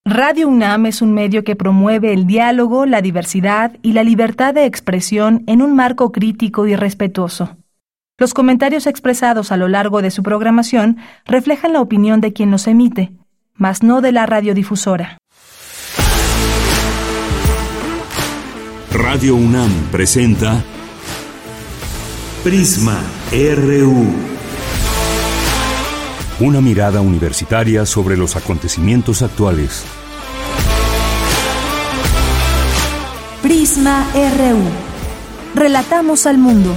Radio UNAM es un medio que promueve el diálogo, la diversidad y la libertad de expresión en un marco crítico y respetuoso. Los comentarios expresados a lo largo de su programación reflejan la opinión de quien los emite, mas no de la radiodifusora. Radio UNAM presenta Prisma RU. Una mirada universitaria sobre los acontecimientos actuales. Prisma RU. Relatamos al mundo.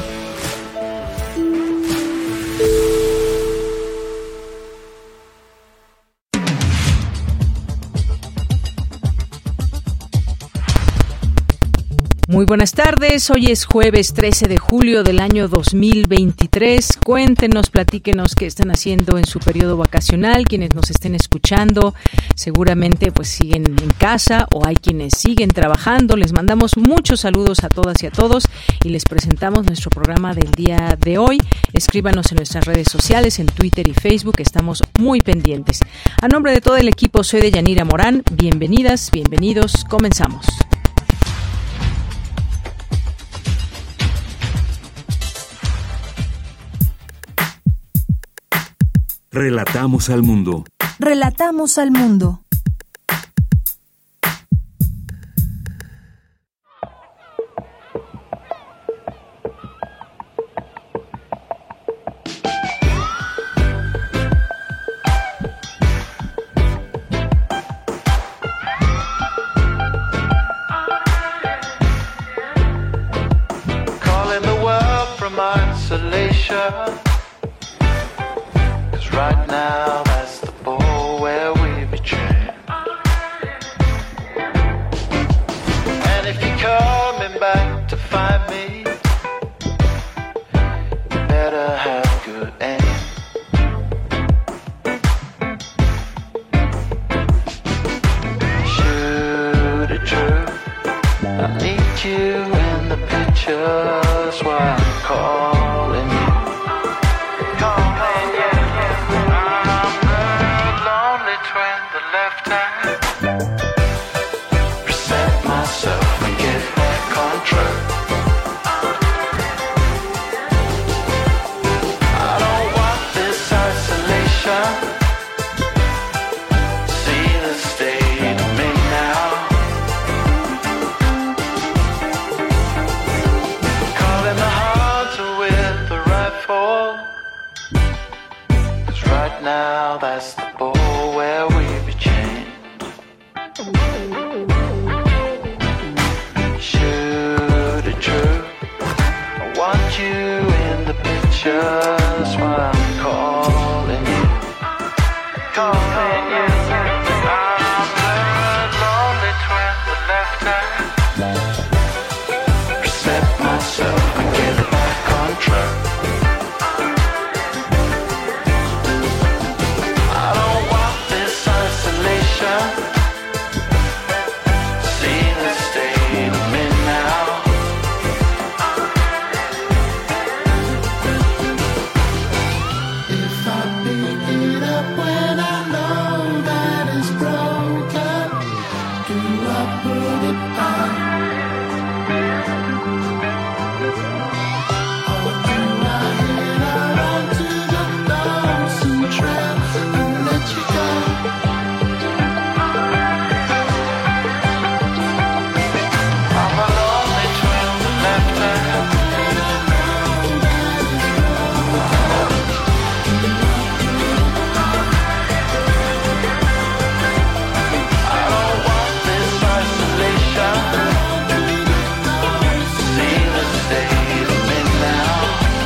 Muy buenas tardes, hoy es jueves 13 de julio del año 2023. Cuéntenos, platíquenos qué están haciendo en su periodo vacacional, quienes nos estén escuchando, seguramente pues siguen en casa o hay quienes siguen trabajando. Les mandamos muchos saludos a todas y a todos y les presentamos nuestro programa del día de hoy. Escríbanos en nuestras redes sociales, en Twitter y Facebook, estamos muy pendientes. A nombre de todo el equipo, soy Deyanira Morán, bienvenidas, bienvenidos, comenzamos. Relatamos al mundo. Relatamos al mundo. Calling the world from isolation. Right now, that's the ball where we betray. And if you're coming back to find me, you better have good aim. Shoot it true, I need you in the pictures while I'm calling you. Reset myself and get back on track. I don't want this isolation. See the state of me now. Calling the hunter with the rifle. 'Cause right now that's the ball where we be chained. Shoot it true, I want you in the pictures while I'm calling you. Calling you. I'm the lonely twin, the left hand. Reset myself and get back on track. I don't want this isolation. See the state of me now. If I pick it up when I know that it's broken, do I put it on? Or do I head out onto the lonesome trail and let you go? I'm a lonely twin, the left hand. I don't want this isolation. See the state of me now.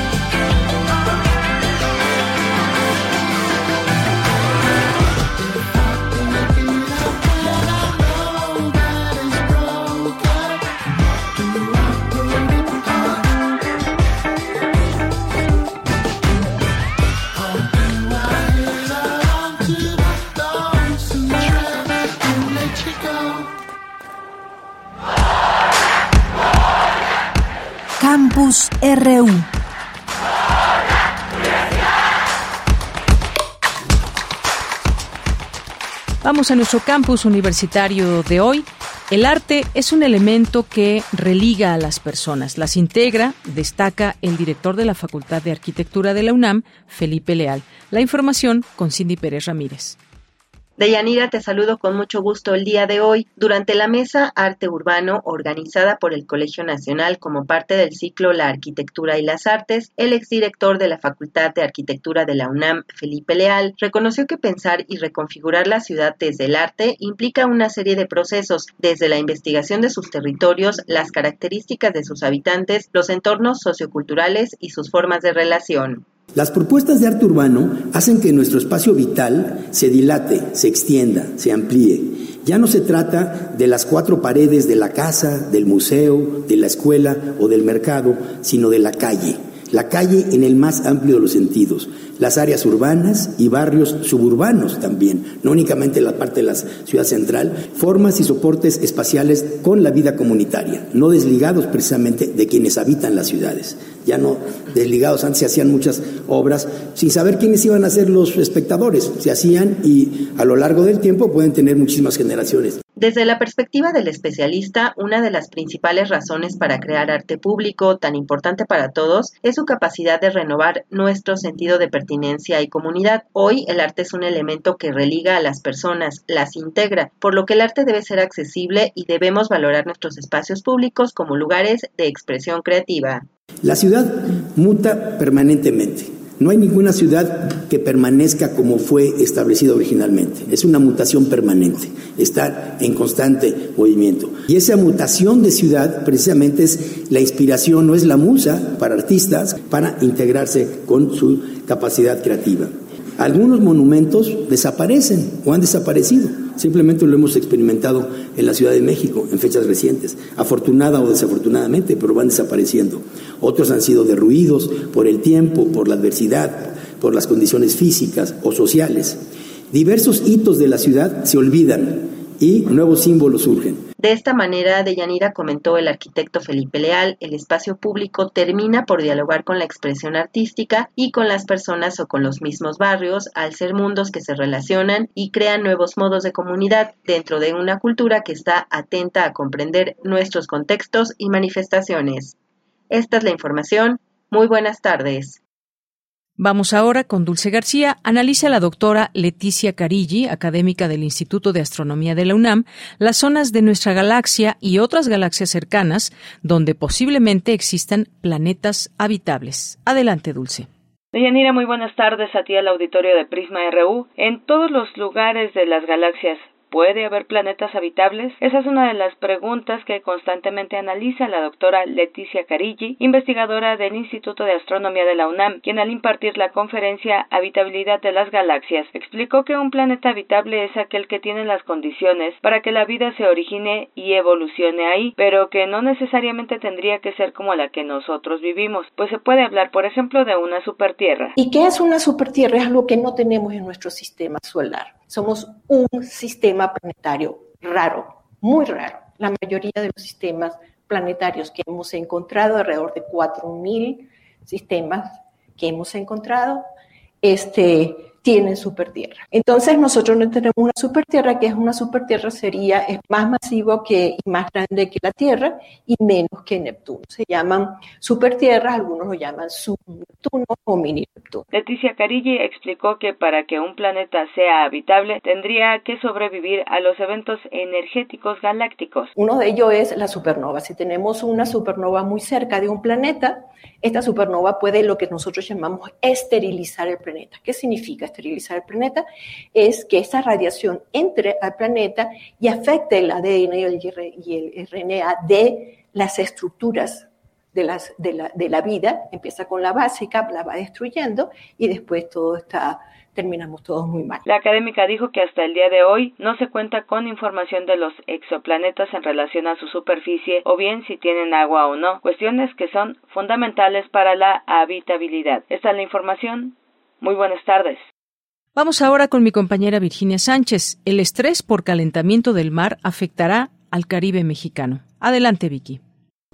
Campus RU. Vamos a nuestro campus universitario de hoy. El arte es un elemento que religa a las personas, las integra, destaca el director de la Facultad de Arquitectura de la UNAM, Felipe Leal. La información con Cindy Pérez Ramírez. Deyanira, te saludo con mucho gusto el día de hoy. Durante la mesa Arte Urbano, organizada por el Colegio Nacional como parte del ciclo La Arquitectura y las Artes, el exdirector de la Facultad de Arquitectura de la UNAM, Felipe Leal, reconoció que pensar y reconfigurar la ciudad desde el arte implica una serie de procesos, desde la investigación de sus territorios, las características de sus habitantes, los entornos socioculturales y sus formas de relación. Las propuestas de arte urbano hacen que nuestro espacio vital se dilate, se extienda, se amplíe. Ya no se trata de las cuatro paredes de la casa, del museo, de la escuela o del mercado, sino de la calle. La calle en el más amplio de los sentidos, las áreas urbanas y barrios suburbanos también, no únicamente la parte de la ciudad central, formas y soportes espaciales con la vida comunitaria, no desligados precisamente de quienes habitan las ciudades. Ya no desligados, antes se hacían muchas obras sin saber quiénes iban a ser los espectadores, se hacían y a lo largo del tiempo pueden tener muchísimas generaciones. Desde la perspectiva del especialista, una de las principales razones para crear arte público, tan importante para todos, es su capacidad de renovar nuestro sentido de pertinencia y comunidad. Hoy, el arte es un elemento que religa a las personas, las integra, por lo que el arte debe ser accesible y debemos valorar nuestros espacios públicos como lugares de expresión creativa. La ciudad muta permanentemente. No hay ninguna ciudad que permanezca como fue establecida originalmente. Es una mutación permanente, está en constante movimiento. Y esa mutación de ciudad precisamente es la inspiración, no es la musa para artistas para integrarse con su capacidad creativa. Algunos monumentos desaparecen o han desaparecido. Simplemente lo hemos experimentado en la Ciudad de México en fechas recientes, afortunada o desafortunadamente, pero van desapareciendo. Otros han sido derruidos por el tiempo, por la adversidad, por las condiciones físicas o sociales. Diversos hitos de la ciudad se olvidan y nuevos símbolos surgen. De esta manera, Deyanira, comentó el arquitecto Felipe Leal, el espacio público termina por dialogar con la expresión artística y con las personas o con los mismos barrios, al ser mundos que se relacionan y crean nuevos modos de comunidad dentro de una cultura que está atenta a comprender nuestros contextos y manifestaciones. Esta es la información. Muy buenas tardes. Vamos ahora con Dulce García. Analiza la doctora Leticia Carilli, académica del Instituto de Astronomía de la UNAM, las zonas de nuestra galaxia y otras galaxias cercanas donde posiblemente existan planetas habitables. Adelante, Dulce. Deyanira, muy buenas tardes a ti al auditorio de Prisma RU. En todos los lugares de las galaxias, ¿puede haber planetas habitables? Esa es una de las preguntas que constantemente analiza la doctora Leticia Carilli, investigadora del Instituto de Astronomía de la UNAM, quien al impartir la conferencia Habitabilidad de las Galaxias, explicó que un planeta habitable es aquel que tiene las condiciones para que la vida se origine y evolucione ahí, pero que no necesariamente tendría que ser como la que nosotros vivimos, pues se puede hablar, por ejemplo, de una supertierra. ¿Y qué es una supertierra? Es algo que no tenemos en nuestro sistema solar. Somos un sistema planetario raro, muy raro. La mayoría de los sistemas planetarios que hemos encontrado, alrededor de 4.000 sistemas que hemos encontrado, tienen supertierra. Entonces nosotros no tenemos una supertierra, que es una supertierra es más masivo y más grande que la Tierra y menos que Neptuno. Se llaman supertierras, algunos lo llaman sub-Neptuno o mini-Neptuno. Leticia Carilli explicó que para que un planeta sea habitable tendría que sobrevivir a los eventos energéticos galácticos. Uno de ellos es la supernova. Si tenemos una supernova muy cerca de un planeta, esta supernova puede lo que nosotros llamamos esterilizar el planeta. ¿Qué significa esterilizar el planeta? Es que esa radiación entre al planeta y afecte el ADN y el RNA de las estructuras de la vida. Empieza con la básica, la va destruyendo y después terminamos todos muy mal. La académica dijo que hasta el día de hoy no se cuenta con información de los exoplanetas en relación a su superficie o bien si tienen agua o no, cuestiones que son fundamentales para la habitabilidad. Esta es la información. Muy buenas tardes. Vamos ahora con mi compañera Virginia Sánchez. El estrés por calentamiento del mar afectará al Caribe mexicano. Adelante, Vicky.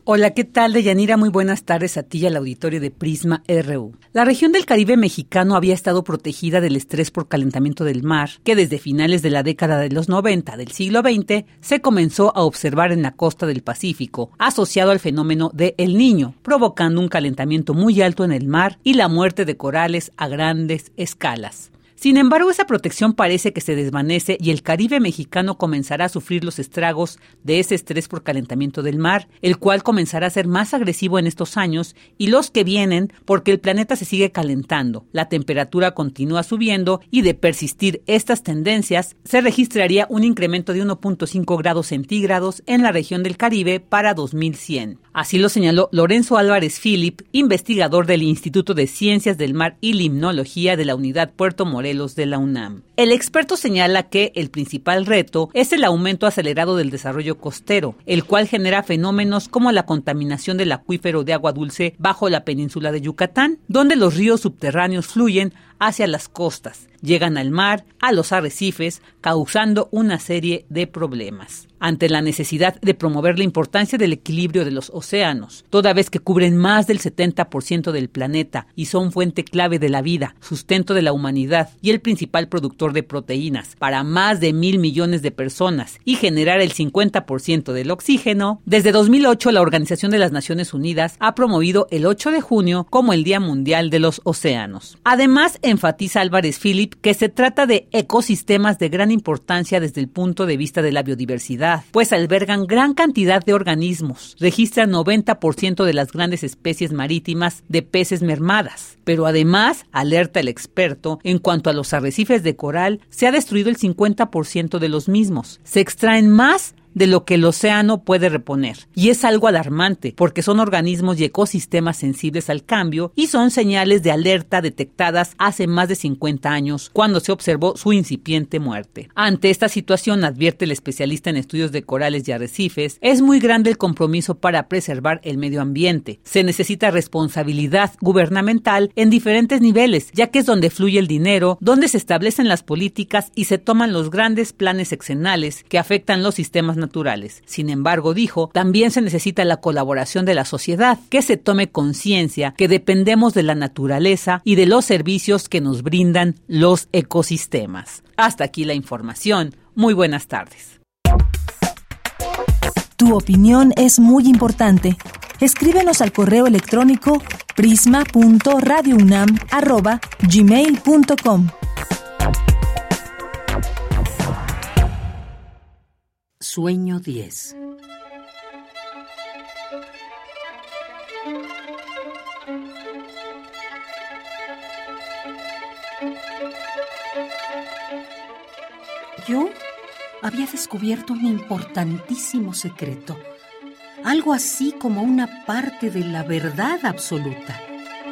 Hola, ¿qué tal, Deyanira? Muy buenas tardes a ti y al auditorio de Prisma RU. La región del Caribe mexicano había estado protegida del estrés por calentamiento del mar, que desde finales de la década de los 90 del siglo XX se comenzó a observar en la costa del Pacífico, asociado al fenómeno de El Niño, provocando un calentamiento muy alto en el mar y la muerte de corales a grandes escalas. Sin embargo, esa protección parece que se desvanece y el Caribe mexicano comenzará a sufrir los estragos de ese estrés por calentamiento del mar, el cual comenzará a ser más agresivo en estos años y los que vienen porque el planeta se sigue calentando, la temperatura continúa subiendo y de persistir estas tendencias se registraría un incremento de 1.5 grados centígrados en la región del Caribe para 2100. Así lo señaló Lorenzo Álvarez Philip, investigador del Instituto de Ciencias del Mar y Limnología de la Unidad Puerto Morelos de la UNAM. El experto señala que el principal reto es el aumento acelerado del desarrollo costero, el cual genera fenómenos como la contaminación del acuífero de agua dulce bajo la península de Yucatán, donde los ríos subterráneos fluyen hacia las costas, llegan al mar, a los arrecifes, causando una serie de problemas. Ante la necesidad de promover la importancia del equilibrio de los océanos, toda vez que cubren más del 70% del planeta y son fuente clave de la vida, sustento de la humanidad y el principal productor de proteínas para más de 1,000 millones de personas y generar el 50% del oxígeno, desde 2008 la Organización de las Naciones Unidas ha promovido el 8 de junio como el Día Mundial de los Océanos. Además, enfatiza Álvarez Philip que se trata de ecosistemas de gran importancia desde el punto de vista de la biodiversidad, pues albergan gran cantidad de organismos, registran 90% de las grandes especies marítimas de peces mermadas. Pero además, alerta el experto, en cuanto a los arrecifes de coral, se ha destruido el 50% de los mismos. Se extraen más de lo que el océano puede reponer. Y es algo alarmante, porque son organismos y ecosistemas sensibles al cambio y son señales de alerta detectadas hace más de 50 años, cuando se observó su incipiente muerte. Ante esta situación, advierte el especialista en estudios de corales y arrecifes, es muy grande el compromiso para preservar el medio ambiente. Se necesita responsabilidad gubernamental en diferentes niveles, ya que es donde fluye el dinero, donde se establecen las políticas y se toman los grandes planes sexenales que afectan los sistemas naturales. Sin embargo, dijo, también se necesita la colaboración de la sociedad, que se tome conciencia que dependemos de la naturaleza y de los servicios que nos brindan los ecosistemas. Hasta aquí la información. Muy buenas tardes. Tu opinión es muy importante. Escríbenos al correo electrónico prisma.radiounam@gmail.com. Sueño 10. Yo había descubierto un importantísimo secreto, algo así como una parte de la verdad absoluta.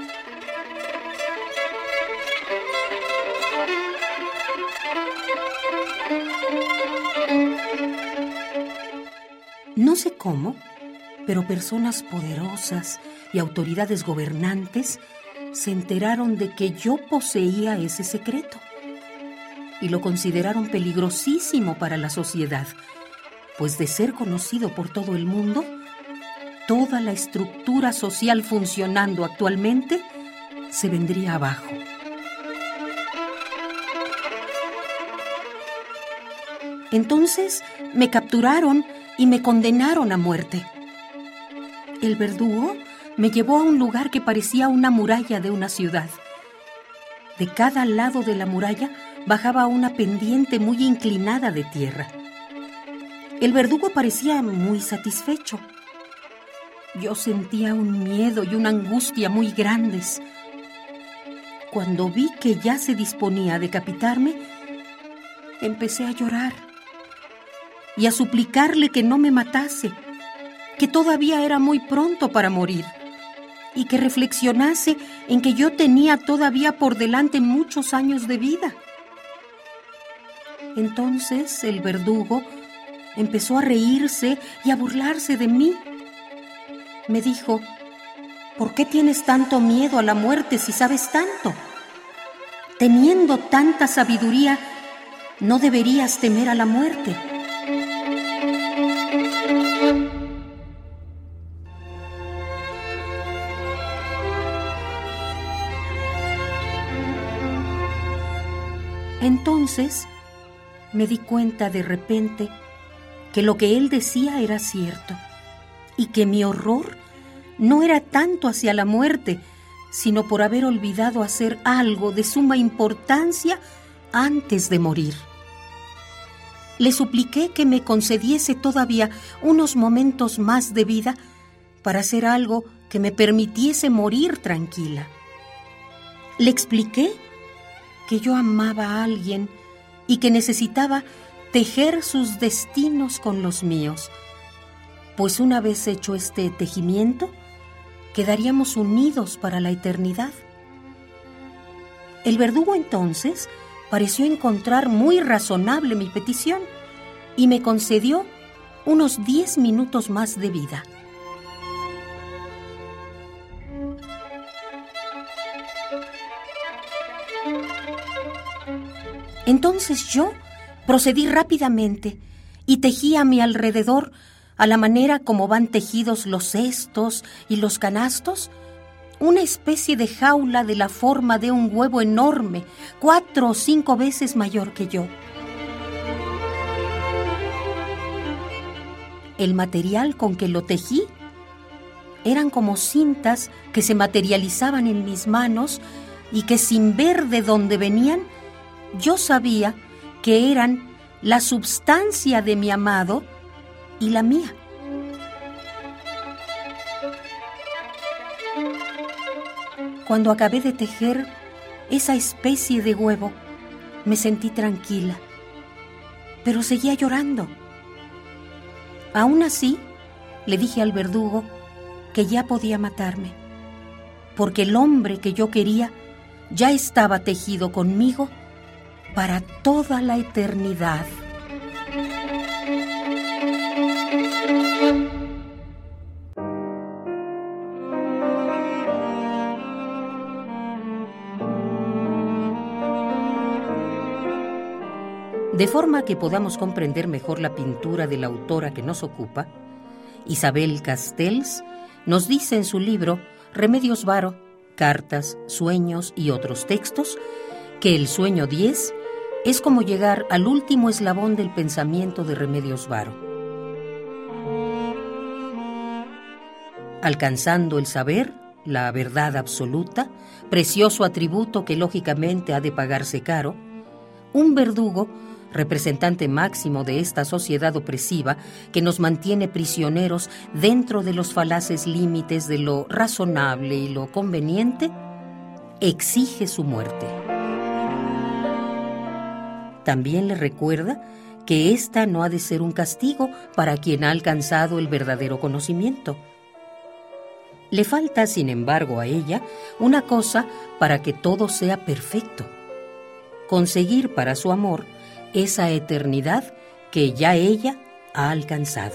No sé cómo, pero personas poderosas y autoridades gobernantes se enteraron de que yo poseía ese secreto y lo consideraron peligrosísimo para la sociedad, pues de ser conocido por todo el mundo, toda la estructura social funcionando actualmente se vendría abajo. Entonces me capturaron y me condenaron a muerte. El verdugo me llevó a un lugar que parecía una muralla de una ciudad. De cada lado de la muralla bajaba una pendiente muy inclinada de tierra. El verdugo parecía muy satisfecho. Yo sentía un miedo y una angustia muy grandes. Cuando vi que ya se disponía a decapitarme, empecé a llorar y a suplicarle que no me matase, que todavía era muy pronto para morir y que reflexionase en que yo tenía todavía por delante muchos años de vida. Entonces el verdugo empezó a reírse y a burlarse de mí. Me dijo, ¿por qué tienes tanto miedo a la muerte si sabes tanto? Teniendo tanta sabiduría, no deberías temer a la muerte. Entonces me di cuenta de repente que lo que él decía era cierto y que mi horror no era tanto hacia la muerte, sino por haber olvidado hacer algo de suma importancia antes de morir. Le supliqué que me concediese todavía unos momentos más de vida para hacer algo que me permitiese morir tranquila. Le expliqué que yo amaba a alguien y que necesitaba tejer sus destinos con los míos, pues una vez hecho este tejimiento, quedaríamos unidos para la eternidad. El verdugo entonces pareció encontrar muy razonable mi petición y me concedió unos 10 minutos más de vida. Entonces yo procedí rápidamente y tejí a mi alrededor, a la manera como van tejidos los cestos y los canastos, una especie de jaula de la forma de un huevo enorme, 4 o 5 veces mayor que yo. El material con que lo tejí eran como cintas que se materializaban en mis manos y que, sin ver de dónde venían, yo sabía que eran la substancia de mi amado y la mía. Cuando acabé de tejer esa especie de huevo, me sentí tranquila, pero seguía llorando. Aún así, le dije al verdugo que ya podía matarme, porque el hombre que yo quería ya estaba tejido conmigo para toda la eternidad. De forma que podamos comprender mejor la pintura de la autora que nos ocupa, Isabel Castells nos dice en su libro Remedios Varo, Cartas, Sueños y otros textos, que el sueño 10 es como llegar al último eslabón del pensamiento de Remedios Varo. Alcanzando el saber, la verdad absoluta, precioso atributo que lógicamente ha de pagarse caro, un verdugo, representante máximo de esta sociedad opresiva que nos mantiene prisioneros dentro de los falaces límites de lo razonable y lo conveniente, exige su muerte. También le recuerda que ésta no ha de ser un castigo para quien ha alcanzado el verdadero conocimiento. Le falta, sin embargo, a ella una cosa para que todo sea perfecto: conseguir para su amor esa eternidad que ya ella ha alcanzado.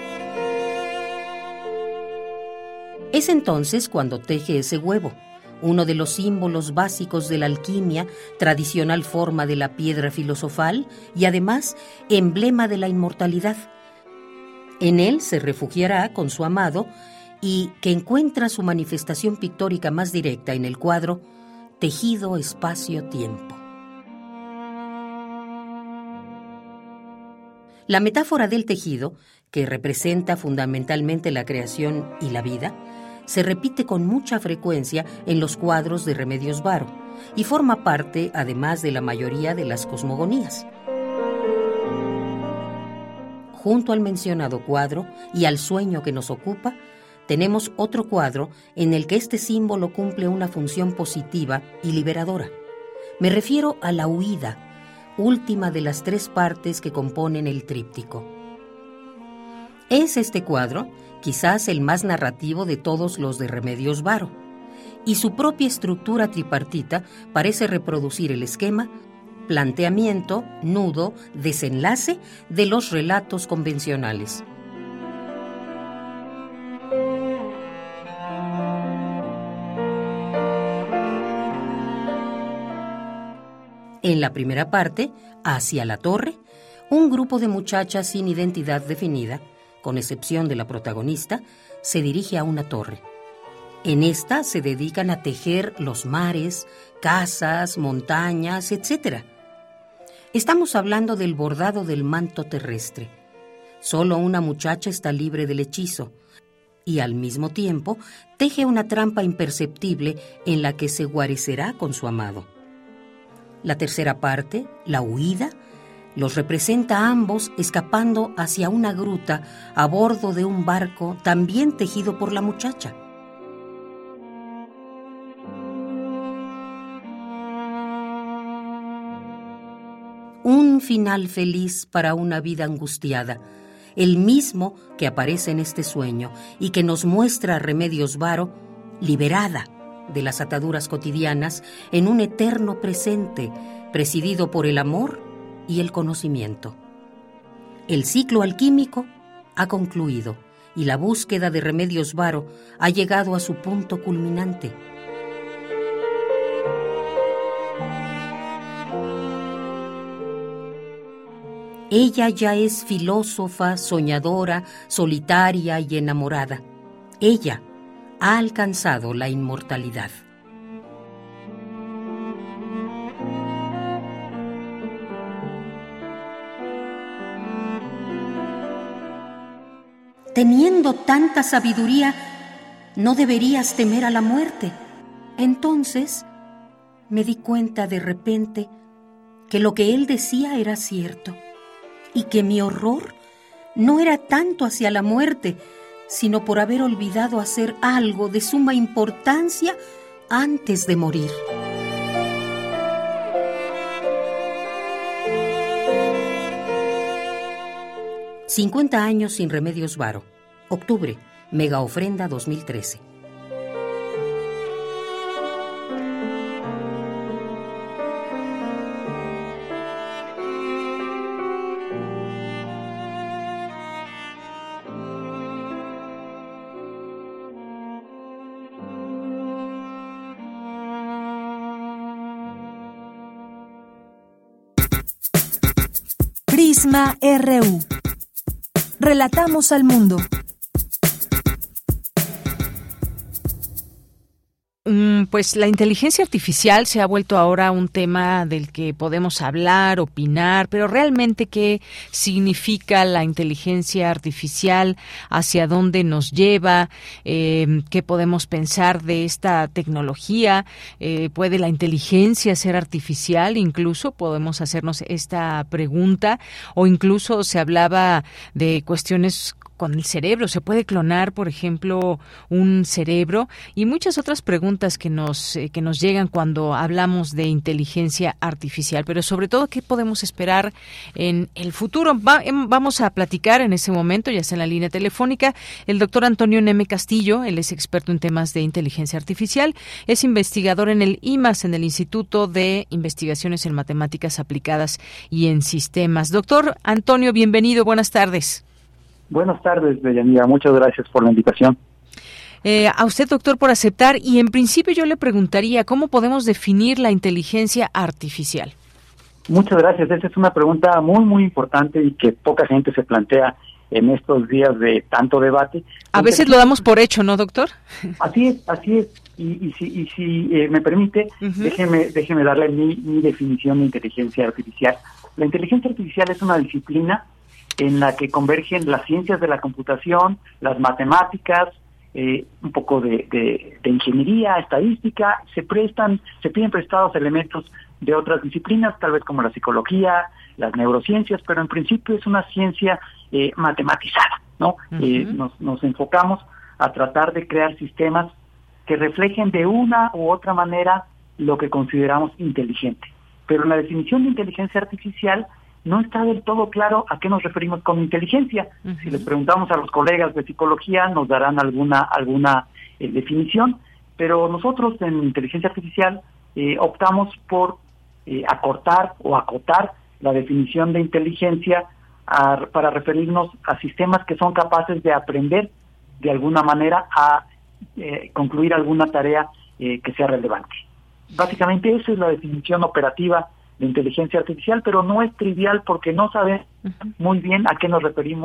Es entonces cuando teje ese huevo, uno de los símbolos básicos de la alquimia, tradicional forma de la piedra filosofal y además emblema de la inmortalidad. En él se refugiará con su amado y que encuentra su manifestación pictórica más directa en el cuadro Tejido Espacio-Tiempo. La metáfora del tejido, que representa fundamentalmente la creación y la vida, se repite con mucha frecuencia en los cuadros de Remedios Varo y forma parte, además, de la mayoría de las cosmogonías. Junto al mencionado cuadro y al sueño que nos ocupa, tenemos otro cuadro en el que este símbolo cumple una función positiva y liberadora. Me refiero a la huida, última de las 3 partes que componen el tríptico. Es este cuadro quizás el más narrativo de todos los de Remedios Varo, y su propia estructura tripartita parece reproducir el esquema planteamiento, nudo, desenlace de los relatos convencionales. En la primera parte, hacia la torre, un grupo de muchachas sin identidad definida, con excepción de la protagonista, se dirige a una torre. En esta se dedican a tejer los mares, casas, montañas, etc. Estamos hablando del bordado del manto terrestre. Solo una muchacha está libre del hechizo y al mismo tiempo teje una trampa imperceptible en la que se guarecerá con su amado. La tercera parte, la huida, los representa a ambos escapando hacia una gruta a bordo de un barco también tejido por la muchacha. Un final feliz para una vida angustiada, el mismo que aparece en este sueño y que nos muestra a Remedios Varo liberada de las ataduras cotidianas en un eterno presente presidido por el amor y el conocimiento. El ciclo alquímico ha concluido y la búsqueda de Remedios Varo ha llegado a su punto culminante. Ella ya es filósofa, soñadora, solitaria y enamorada. Ella ha alcanzado la inmortalidad. Teniendo tanta sabiduría, no deberías temer a la muerte. Entonces me di cuenta de repente que lo que él decía era cierto y que mi horror no era tanto hacia la muerte, sino por haber olvidado hacer algo de suma importancia antes de morir. «50 años sin Remedios Varo». Octubre, Mega Ofrenda 2013. Prisma RU. Relatamos al mundo. Pues la inteligencia artificial se ha vuelto ahora un tema del que podemos hablar, opinar, pero realmente ¿qué significa la inteligencia artificial? ¿Hacia dónde nos lleva? ¿Qué podemos pensar de esta tecnología? ¿Puede la inteligencia ser artificial? Incluso podemos hacernos esta pregunta, o incluso se hablaba de cuestiones con el cerebro. ¿Se puede clonar, por ejemplo, un cerebro? Y muchas otras preguntas que nos llegan cuando hablamos de inteligencia artificial. Pero sobre todo, ¿qué podemos esperar en el futuro? Vamos a platicar en ese momento, ya está en la línea telefónica, el doctor Antonio Neme Castillo. Él es experto en temas de inteligencia artificial. Es investigador en el IMAS, en el Instituto de Investigaciones en Matemáticas Aplicadas y en Sistemas. Doctor Antonio, bienvenido. Buenas tardes. Buenas tardes, Deyanira. Muchas gracias por la invitación. A usted, doctor, por aceptar. Y en principio yo le preguntaría, ¿cómo podemos definir la inteligencia artificial? Muchas gracias. Esa es una pregunta muy, muy importante y que poca gente se plantea en estos días de tanto debate. A veces lo damos por hecho, ¿no, doctor? Así es, así es. Y si me permite, déjeme darle mi definición de inteligencia artificial. La inteligencia artificial es una disciplina en la que convergen las ciencias de la computación, las matemáticas, un poco de ingeniería, estadística, se piden prestados elementos de otras disciplinas, tal vez como la psicología, las neurociencias, pero en principio es una ciencia matematizada, ¿no? Nos enfocamos a tratar de crear sistemas que reflejen de una u otra manera lo que consideramos inteligente. Pero en la definición de inteligencia artificial no está del todo claro a qué nos referimos con inteligencia. Si les preguntamos a los colegas de psicología, nos darán alguna definición, pero nosotros en inteligencia artificial optamos por acortar o acotar la definición de inteligencia para referirnos a sistemas que son capaces de aprender de alguna manera a concluir alguna tarea que sea relevante. Básicamente esa es la definición operativa de inteligencia artificial, pero no es trivial porque no sabemos muy bien a qué nos referimos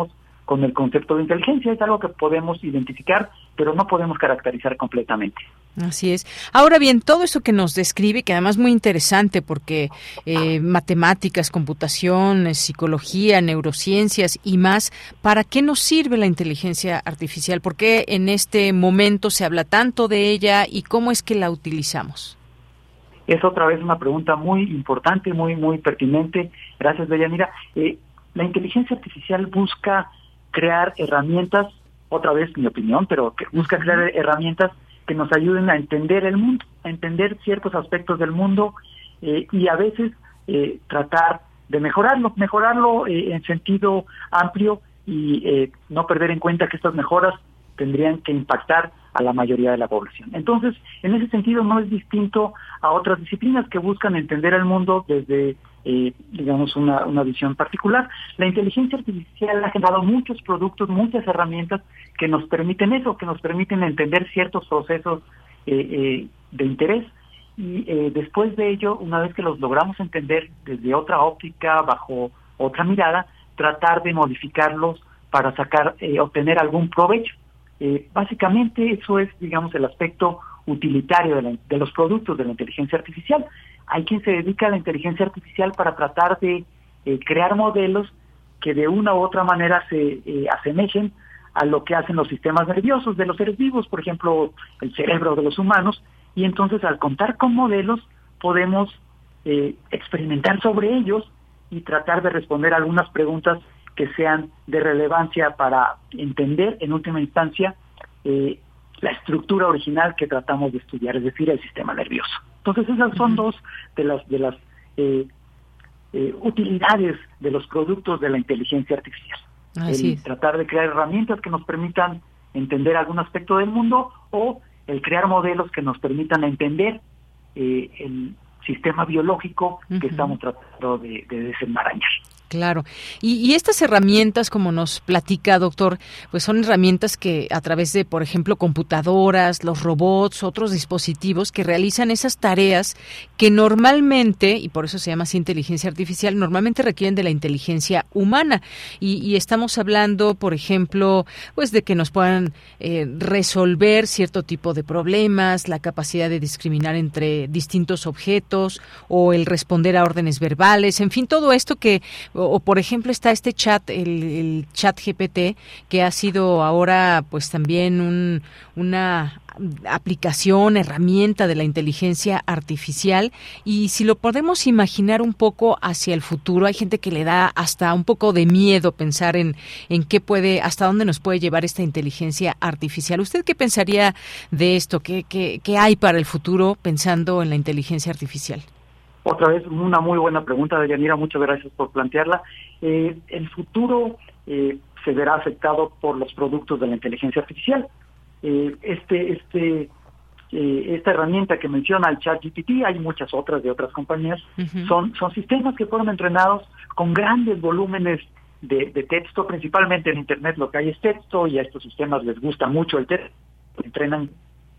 con el concepto de inteligencia. Es algo que podemos identificar, pero no podemos caracterizar completamente. Así es. Ahora bien, todo eso que nos describe, que además es muy interesante porque matemáticas, computación, psicología, neurociencias y más, ¿para qué nos sirve la inteligencia artificial? ¿Por qué en este momento se habla tanto de ella y cómo es que la utilizamos? Es otra vez una pregunta muy importante, muy pertinente. Gracias, Deyanira. La inteligencia artificial busca crear herramientas, otra vez mi opinión, pero que busca crear herramientas que nos ayuden a entender el mundo, a entender ciertos aspectos del mundo y a veces tratar de mejorarlo en sentido amplio y no perder en cuenta que estas mejoras tendrían que impactar a la mayoría de la población. Entonces, en ese sentido no es distinto a otras disciplinas que buscan entender el mundo desde, digamos, una visión particular. La inteligencia artificial ha generado muchos productos, muchas herramientas que nos permiten eso, que nos permiten entender ciertos procesos de interés y después de ello, una vez que los logramos entender desde otra óptica, bajo otra mirada, tratar de modificarlos para obtener algún provecho. Básicamente eso es, digamos, el aspecto utilitario de los productos de la inteligencia artificial. Hay quien se dedica a la inteligencia artificial para tratar de crear modelos que de una u otra manera se asemejen a lo que hacen los sistemas nerviosos de los seres vivos, por ejemplo, el cerebro de los humanos, y entonces al contar con modelos podemos experimentar sobre ellos y tratar de responder algunas preguntas que sean de relevancia para entender en última instancia la estructura original que tratamos de estudiar, es decir, el sistema nervioso. Entonces esas son dos de las utilidades de los productos de la inteligencia artificial. Tratar de crear herramientas que nos permitan entender algún aspecto del mundo o el crear modelos que nos permitan entender el sistema biológico que estamos tratando de desenmarañar. Claro. Y estas herramientas, como nos platica, doctor, pues son herramientas que a través de, por ejemplo, computadoras, los robots, otros dispositivos que realizan esas tareas que normalmente, y por eso se llama así inteligencia artificial, normalmente requieren de la inteligencia humana. Y estamos hablando, por ejemplo, pues de que nos puedan resolver cierto tipo de problemas, la capacidad de discriminar entre distintos objetos o el responder a órdenes verbales, en fin, todo esto que... O por ejemplo está este chat, el chat GPT, que ha sido ahora pues también una aplicación, herramienta de la inteligencia artificial, y si lo podemos imaginar un poco hacia el futuro, hay gente que le da hasta un poco de miedo pensar en qué hasta dónde nos puede llevar esta inteligencia artificial. ¿Usted qué pensaría de esto? ¿Qué hay para el futuro pensando en la inteligencia artificial? Otra vez, una muy buena pregunta, Deyanira, muchas gracias por plantearla. El futuro se verá afectado por los productos de la inteligencia artificial. Esta herramienta que menciona, el ChatGPT, hay muchas otras de otras compañías, son sistemas que fueron entrenados con grandes volúmenes de texto, principalmente en Internet lo que hay es texto, y a estos sistemas les gusta mucho el texto, entrenan.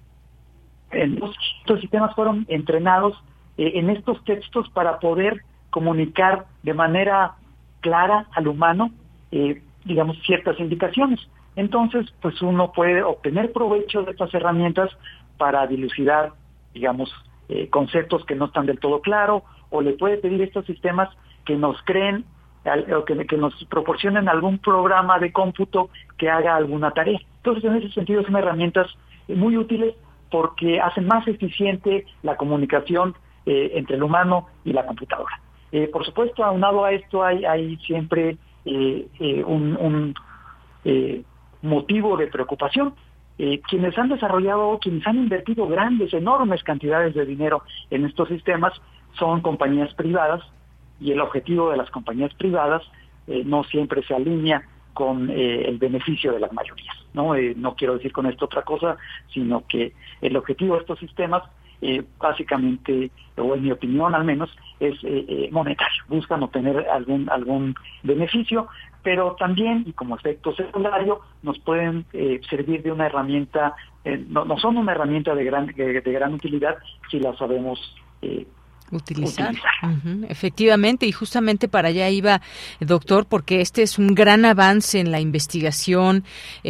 Estos sistemas fueron entrenados en estos textos para poder comunicar de manera clara al humano, digamos, ciertas indicaciones. Entonces, pues uno puede obtener provecho de estas herramientas para dilucidar, digamos, conceptos que no están del todo claros, o le puede pedir a estos sistemas que nos creen o que nos proporcionen algún programa de cómputo que haga alguna tarea. Entonces, en ese sentido, son herramientas muy útiles porque hacen más eficiente la comunicación entre el humano y la computadora. Por supuesto, aunado a esto hay siempre un motivo de preocupación. Quienes han desarrollado, quienes han invertido enormes cantidades de dinero en estos sistemas son compañías privadas, y el objetivo de las compañías privadas no siempre se alinea con el beneficio de las mayorías, ¿no? No quiero decir con esto otra cosa, sino que el objetivo de estos sistemas básicamente, o en mi opinión al menos, es monetario. Buscan obtener algún beneficio, pero también, y como efecto secundario, nos pueden servir de una herramienta, no son una herramienta de gran utilidad si la sabemos utilizar. Efectivamente, y justamente para allá iba, doctor, porque este es un gran avance en la investigación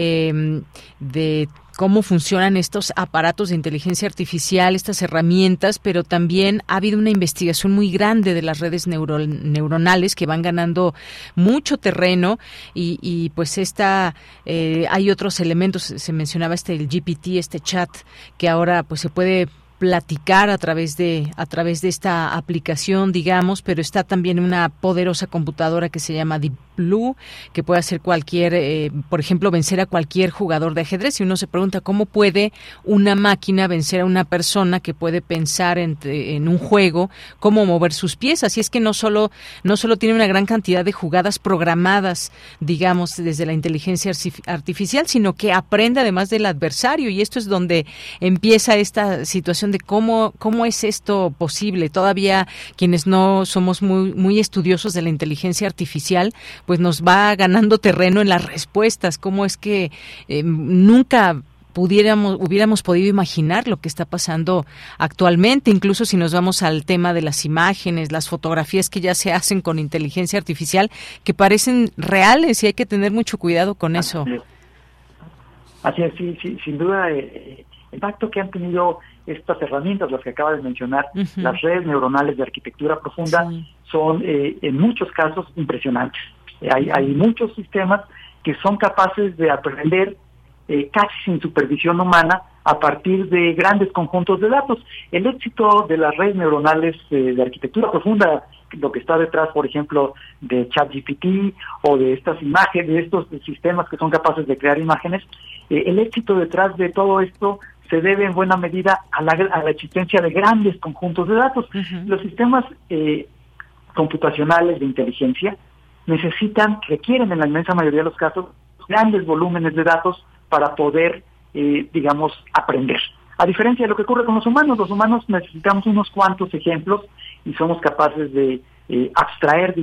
de cómo funcionan estos aparatos de inteligencia artificial, estas herramientas, pero también ha habido una investigación muy grande de las redes neuronales que van ganando mucho terreno y pues hay otros elementos, se mencionaba el GPT, este chat, que ahora pues se puede platicar a través de esta aplicación, digamos, pero está también una poderosa computadora que se llama Deep Blue, que puede hacer por ejemplo, vencer a cualquier jugador de ajedrez. Y uno se pregunta cómo puede una máquina vencer a una persona que puede pensar en un juego, cómo mover sus piezas. Y es que no solo tiene una gran cantidad de jugadas programadas, digamos, desde la inteligencia artificial, sino que aprende además del adversario. Y esto es donde empieza esta situación de cómo es esto posible. Todavía quienes no somos muy estudiosos de la inteligencia artificial, pues nos va ganando terreno en las respuestas. ¿Cómo es que nunca hubiéramos podido imaginar lo que está pasando actualmente? Incluso si nos vamos al tema de las imágenes, las fotografías que ya se hacen con inteligencia artificial, que parecen reales, y hay que tener mucho cuidado con eso. Así es, sí, sin duda el impacto que han tenido estas herramientas, las que acaba de mencionar, las redes neuronales de arquitectura profunda, son en muchos casos impresionantes. Hay muchos sistemas que son capaces de aprender casi sin supervisión humana a partir de grandes conjuntos de datos. El éxito de las redes neuronales de arquitectura profunda, lo que está detrás, por ejemplo, de ChatGPT o de estas imágenes, de estos sistemas que son capaces de crear imágenes, el éxito detrás de todo esto se debe en buena medida a la existencia de grandes conjuntos de datos. Los sistemas computacionales de inteligencia requieren en la inmensa mayoría de los casos grandes volúmenes de datos para poder, aprender. A diferencia de lo que ocurre con los humanos necesitamos unos cuantos ejemplos y somos capaces de abstraer,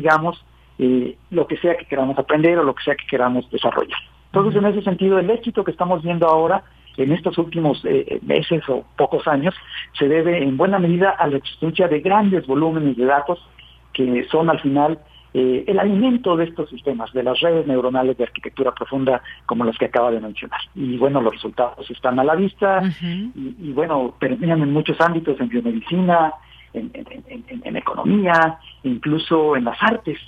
lo que sea que queramos aprender o lo que sea que queramos desarrollar. Entonces, en ese sentido, el éxito que estamos viendo ahora en estos últimos meses o pocos años se debe en buena medida a la existencia de grandes volúmenes de datos que son al final el alimento de estos sistemas, de las redes neuronales de arquitectura profunda como las que acaba de mencionar. Y bueno, los resultados están a la vista y bueno, terminan en muchos ámbitos, en biomedicina, en economía, incluso en las artes.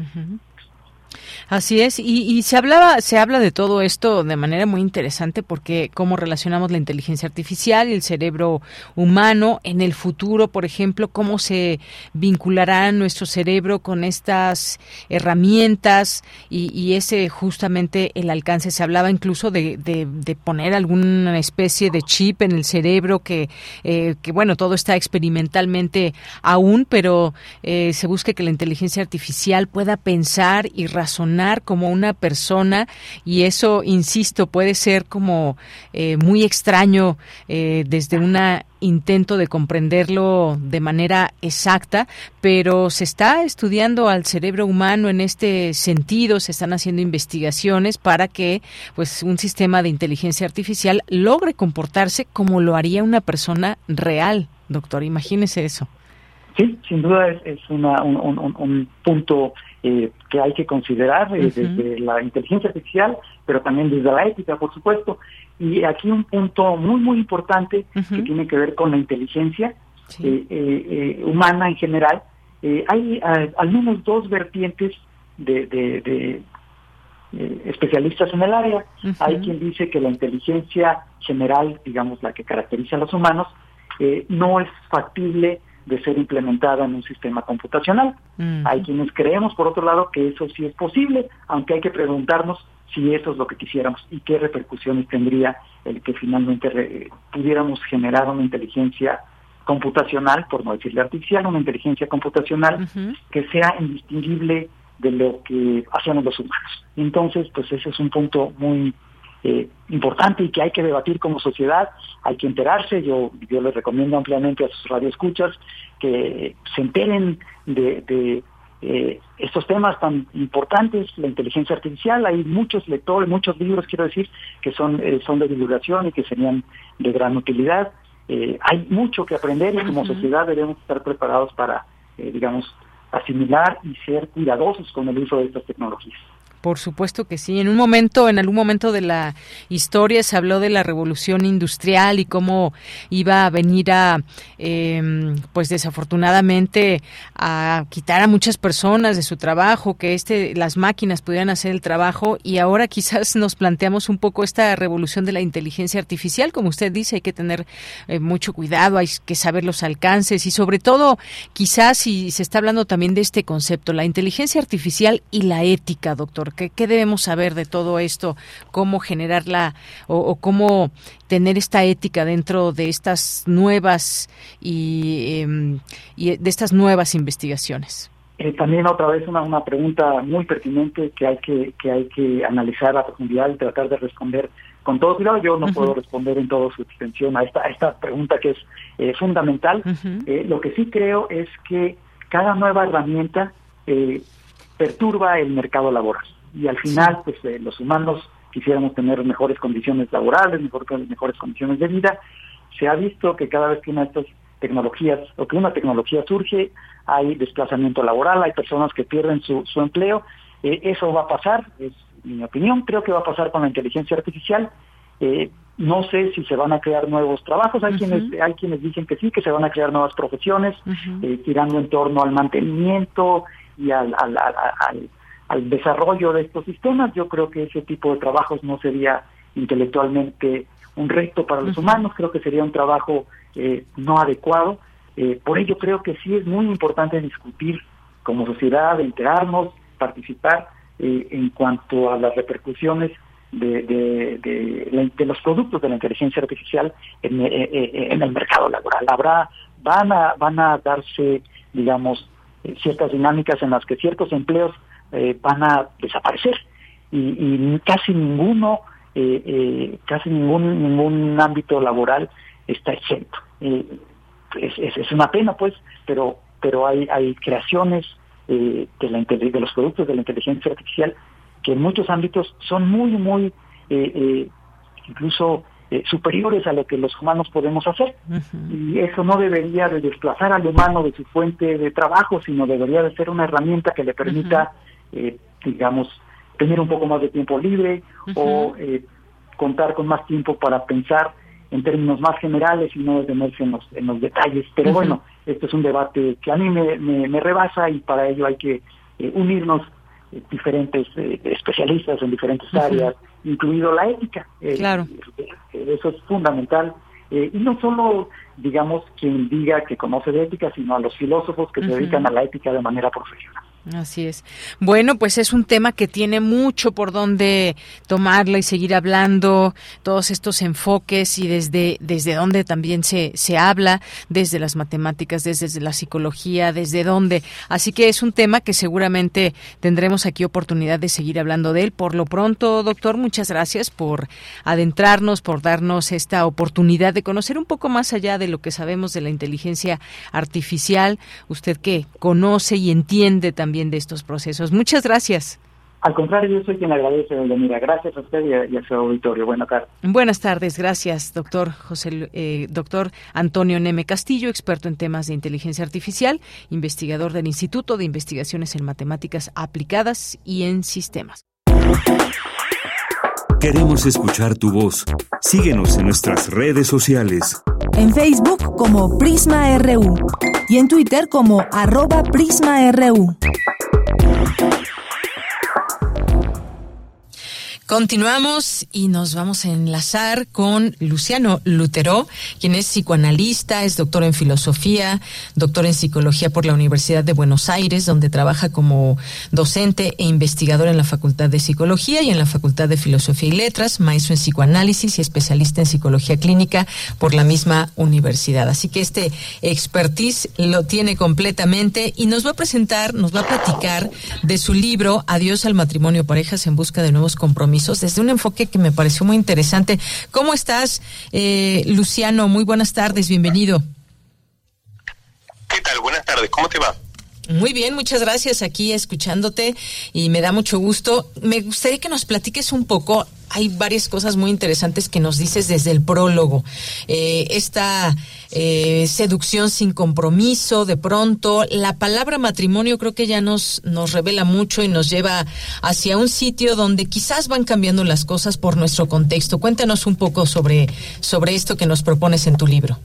Así es, y se habla de todo esto de manera muy interesante, porque cómo relacionamos la inteligencia artificial y el cerebro humano en el futuro, por ejemplo, cómo se vinculará nuestro cerebro con estas herramientas y ese justamente el alcance. Se hablaba incluso de poner alguna especie de chip en el cerebro que bueno, todo está experimentalmente aún, pero se busca que la inteligencia artificial pueda pensar y razonar como una persona, y eso, insisto, puede ser como muy extraño desde un intento de comprenderlo de manera exacta, pero se está estudiando al cerebro humano en este sentido, se están haciendo investigaciones para que pues un sistema de inteligencia artificial logre comportarse como lo haría una persona real, doctor, imagínese eso. Sí, sin duda es un punto que hay que considerar desde la inteligencia artificial, pero también desde la ética, por supuesto. Y aquí un punto muy, muy importante que tiene que ver con la inteligencia humana en general. Hay al menos dos vertientes de especialistas en el área. Hay quien dice que la inteligencia general, digamos la que caracteriza a los humanos, no es factible de ser implementada en un sistema computacional. Hay quienes creemos, por otro lado, que eso sí es posible, aunque hay que preguntarnos si eso es lo que quisiéramos y qué repercusiones tendría el que finalmente pudiéramos generar una inteligencia computacional, por no decirle artificial, una inteligencia computacional que sea indistinguible de lo que hacemos los humanos. Entonces, pues ese es un punto muy importante y que hay que debatir como sociedad. Hay que enterarse. Yo les recomiendo ampliamente a sus radioescuchas que se enteren de estos temas tan importantes, la inteligencia artificial. Hay muchos lectores, muchos libros, quiero decir, que son de divulgación y que serían de gran utilidad. hay mucho que aprender y como sociedad debemos estar preparados para, asimilar y ser cuidadosos con el uso de estas tecnologías. Por supuesto que sí. En algún momento de la historia se habló de la revolución industrial y cómo iba a venir a, pues desafortunadamente, a quitar a muchas personas de su trabajo, que las máquinas pudieran hacer el trabajo, y ahora quizás nos planteamos un poco esta revolución de la inteligencia artificial. Como usted dice, hay que tener mucho cuidado, hay que saber los alcances y sobre todo, quizás, si se está hablando también de este concepto, la inteligencia artificial y la ética, doctor. ¿Qué debemos saber de todo esto? ¿Cómo generarla o cómo tener esta ética dentro de estas nuevas y de estas nuevas investigaciones? También otra vez una pregunta muy pertinente que hay que analizar a profundidad y tratar de responder con todo cuidado. Yo no puedo responder en toda su extensión a esta pregunta que es fundamental. Lo que sí creo es que cada nueva herramienta perturba el mercado laboral. Y al final, pues los humanos quisiéramos tener mejores condiciones laborales, mejores condiciones de vida. Se ha visto que cada vez que una de estas tecnologías o que una tecnología surge, hay desplazamiento laboral, hay personas que pierden su empleo. Eso va a pasar, es mi opinión, creo que va a pasar con la inteligencia artificial. No sé si se van a crear nuevos trabajos, hay quienes dicen que sí, que se van a crear nuevas profesiones, girando en torno al mantenimiento y al desarrollo de estos sistemas. Yo creo que ese tipo de trabajos no sería intelectualmente un reto para los humanos, creo que sería un trabajo no adecuado. Por ello creo que sí es muy importante discutir como sociedad, enterarnos, participar en cuanto a las repercusiones de los productos de la inteligencia artificial en el mercado laboral. Van a darse, ciertas dinámicas en las que ciertos empleos van a desaparecer y casi ningún ámbito laboral está exento. Es una pena, pues, pero hay creaciones de los productos de la inteligencia artificial que en muchos ámbitos son muy incluso superiores a lo que los humanos podemos hacer. Y eso no debería de desplazar al humano de su fuente de trabajo, sino debería de ser una herramienta que le permita tener un poco más de tiempo libre o contar con más tiempo para pensar en términos más generales y no detenerse en los detalles. Pero bueno, esto es un debate que a mí me rebasa y para ello hay que unirnos diferentes especialistas en diferentes áreas, incluido la ética. Claro. Eso es fundamental. Y no solo, quien diga que conoce de ética, sino a los filósofos que se dedican a la ética de manera profesional. Así es. Bueno, pues es un tema que tiene mucho por donde tomarlo y seguir hablando, todos estos enfoques y desde dónde también se habla, desde las matemáticas, desde la psicología, desde dónde. Así que es un tema que seguramente tendremos aquí oportunidad de seguir hablando de él. Por lo pronto, doctor, muchas gracias por adentrarnos, por darnos esta oportunidad de conocer un poco más allá de lo que sabemos de la inteligencia artificial. Usted que conoce y entiende también de estos procesos. Muchas gracias. Al contrario, yo soy quien agradece, Mira. Gracias a usted y a su auditorio. Buenas tardes. Buenas tardes, gracias, doctor doctor Antonio Neme Castillo, experto en temas de inteligencia artificial, investigador del Instituto de Investigaciones en Matemáticas Aplicadas y en Sistemas. Queremos escuchar tu voz. Síguenos en nuestras redes sociales. En Facebook como Prisma RU y en Twitter como @PrismaRU. Continuamos y nos vamos a enlazar con Luciano Lutero, quien es psicoanalista, es doctor en filosofía, doctor en psicología por la Universidad de Buenos Aires, donde trabaja como docente e investigador en la Facultad de Psicología y en la Facultad de Filosofía y Letras, maestro en psicoanálisis y especialista en psicología clínica por la misma universidad. Así que este expertise lo tiene completamente y nos va a platicar de su libro Adiós al matrimonio, parejas en busca de nuevos compromisos, desde un enfoque que me pareció muy interesante. ¿Cómo estás, Luciano? Muy buenas tardes, bienvenido. ¿Qué tal? Buenas tardes, ¿cómo te va? Muy bien, muchas gracias, aquí escuchándote y me da mucho gusto. Me gustaría que nos platiques un poco, hay varias cosas muy interesantes que nos dices desde el prólogo. Esta seducción sin compromiso, de pronto, la palabra matrimonio creo que ya nos revela mucho y nos lleva hacia un sitio donde quizás van cambiando las cosas por nuestro contexto. Cuéntanos un poco sobre esto que nos propones en tu libro.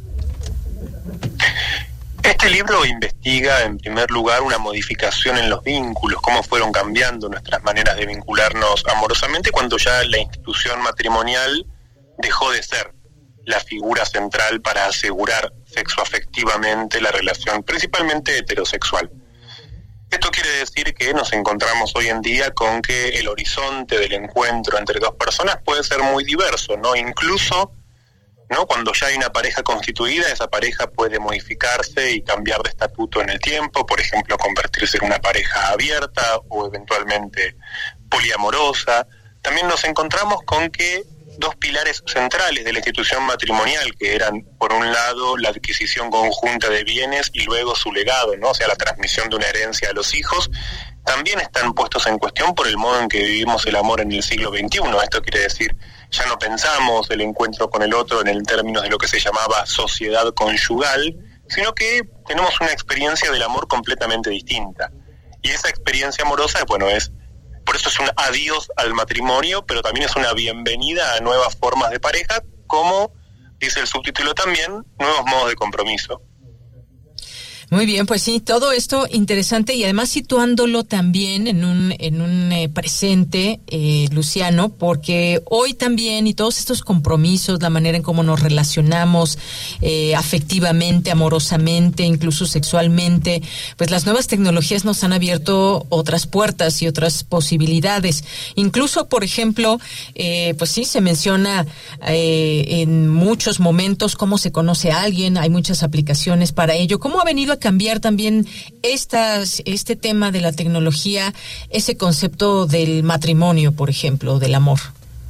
Este libro investiga, en primer lugar, una modificación en los vínculos, cómo fueron cambiando nuestras maneras de vincularnos amorosamente cuando ya la institución matrimonial dejó de ser la figura central para asegurar sexoafectivamente la relación, principalmente heterosexual. Esto quiere decir que nos encontramos hoy en día con que el horizonte del encuentro entre dos personas puede ser muy diverso, ¿no? Incluso, ¿no? Cuando ya hay una pareja constituida, esa pareja puede modificarse y cambiar de estatuto en el tiempo, por ejemplo, convertirse en una pareja abierta o eventualmente poliamorosa. También nos encontramos con que dos pilares centrales de la institución matrimonial, que eran, por un lado, la adquisición conjunta de bienes y luego su legado, ¿no? O sea, la transmisión de una herencia a los hijos, también están puestos en cuestión por el modo en que vivimos el amor en el siglo XXI. Esto quiere decir, ya no pensamos el encuentro con el otro en el términos de lo que se llamaba sociedad conyugal, sino que tenemos una experiencia del amor completamente distinta. Y esa experiencia amorosa, bueno, por eso es un adiós al matrimonio, pero también es una bienvenida a nuevas formas de pareja, como dice el subtítulo también, nuevos modos de compromiso. Muy bien, pues sí, todo esto interesante y además situándolo también en un presente, Luciano, porque hoy también y todos estos compromisos, la manera en cómo nos relacionamos afectivamente, amorosamente, incluso sexualmente, pues las nuevas tecnologías nos han abierto otras puertas y otras posibilidades. Incluso, por ejemplo, pues sí, se menciona en muchos momentos cómo se conoce a alguien, hay muchas aplicaciones para ello. ¿Cómo ha venido a cambiar también este tema de la tecnología, ese concepto del matrimonio, por ejemplo, del amor?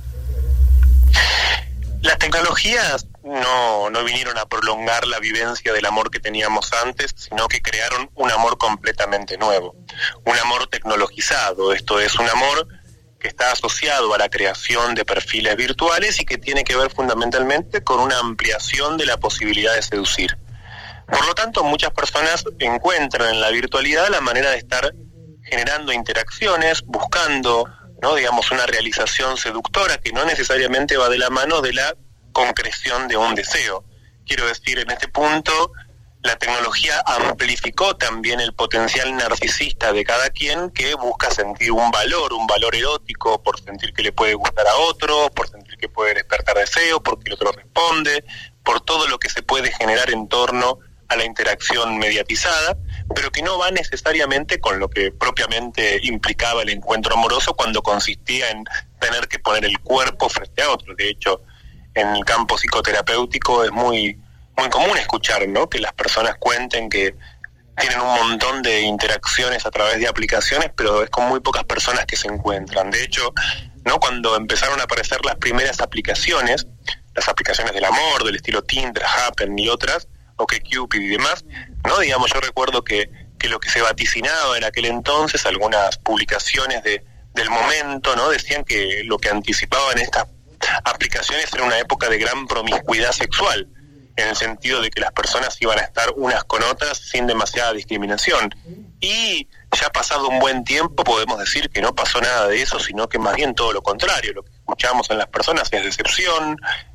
Las tecnologías no vinieron a prolongar la vivencia del amor que teníamos antes, sino que crearon un amor completamente nuevo, un amor tecnologizado. Esto es un amor que está asociado a la creación de perfiles virtuales y que tiene que ver fundamentalmente con una ampliación de la posibilidad de seducir. Por lo tanto, muchas personas encuentran en la virtualidad la manera de estar generando interacciones, buscando, ¿no? digamos, una realización seductora que no necesariamente va de la mano de la concreción de un deseo. Quiero decir, en este punto, la tecnología amplificó también el potencial narcisista de cada quien que busca sentir un valor erótico, por sentir que le puede gustar a otro, por sentir que puede despertar deseo, porque el otro responde, por todo lo que se puede generar en torno a la interacción mediatizada, pero que no va necesariamente con lo que propiamente implicaba el encuentro amoroso cuando consistía en tener que poner el cuerpo frente a otro. De hecho, en el campo psicoterapéutico es muy común escuchar, ¿no? que las personas cuenten que tienen un montón de interacciones a través de aplicaciones, pero es con muy pocas personas que se encuentran. De hecho, ¿no? cuando empezaron a aparecer las primeras aplicaciones, las aplicaciones del amor, del estilo Tinder, Happen y otras, OkCupid y demás, ¿no? Digamos, yo recuerdo que lo que se vaticinaba en aquel entonces, algunas publicaciones del momento, ¿no? Decían que lo que anticipaban estas aplicaciones era una época de gran promiscuidad sexual, en el sentido de que las personas iban a estar unas con otras sin demasiada discriminación. Y ya pasado un buen tiempo podemos decir que no pasó nada de eso, sino que más bien todo lo contrario. Lo que escuchamos en las personas es decepción,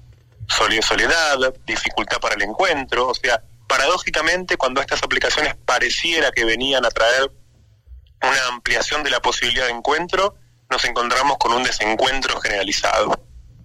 soledad, dificultad para el encuentro. O sea, paradójicamente, cuando estas aplicaciones pareciera que venían a traer una ampliación de la posibilidad de encuentro, nos encontramos con un desencuentro generalizado.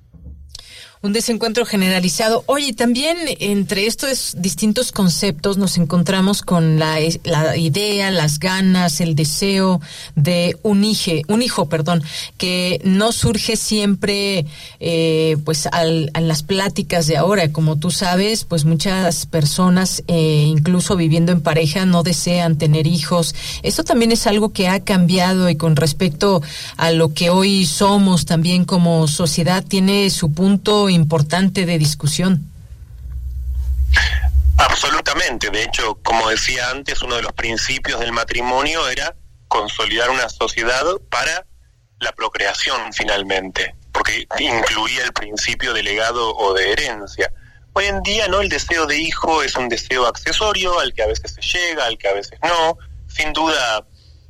Un desencuentro generalizado. Oye, también entre estos distintos conceptos nos encontramos con la idea, las ganas, el deseo de un hijo, que no surge siempre, pues, en las pláticas de ahora. Como tú sabes, pues muchas personas, incluso viviendo en pareja, no desean tener hijos. Esto también es algo que ha cambiado y con respecto a lo que hoy somos también como sociedad, tiene su punto importante de discusión. Absolutamente. De hecho, como decía antes, uno de los principios del matrimonio era consolidar una sociedad para la procreación finalmente, porque incluía el principio de legado o de herencia. Hoy en día, ¿no? El deseo de hijo es un deseo accesorio al que a veces se llega, al que a veces no. Sin duda,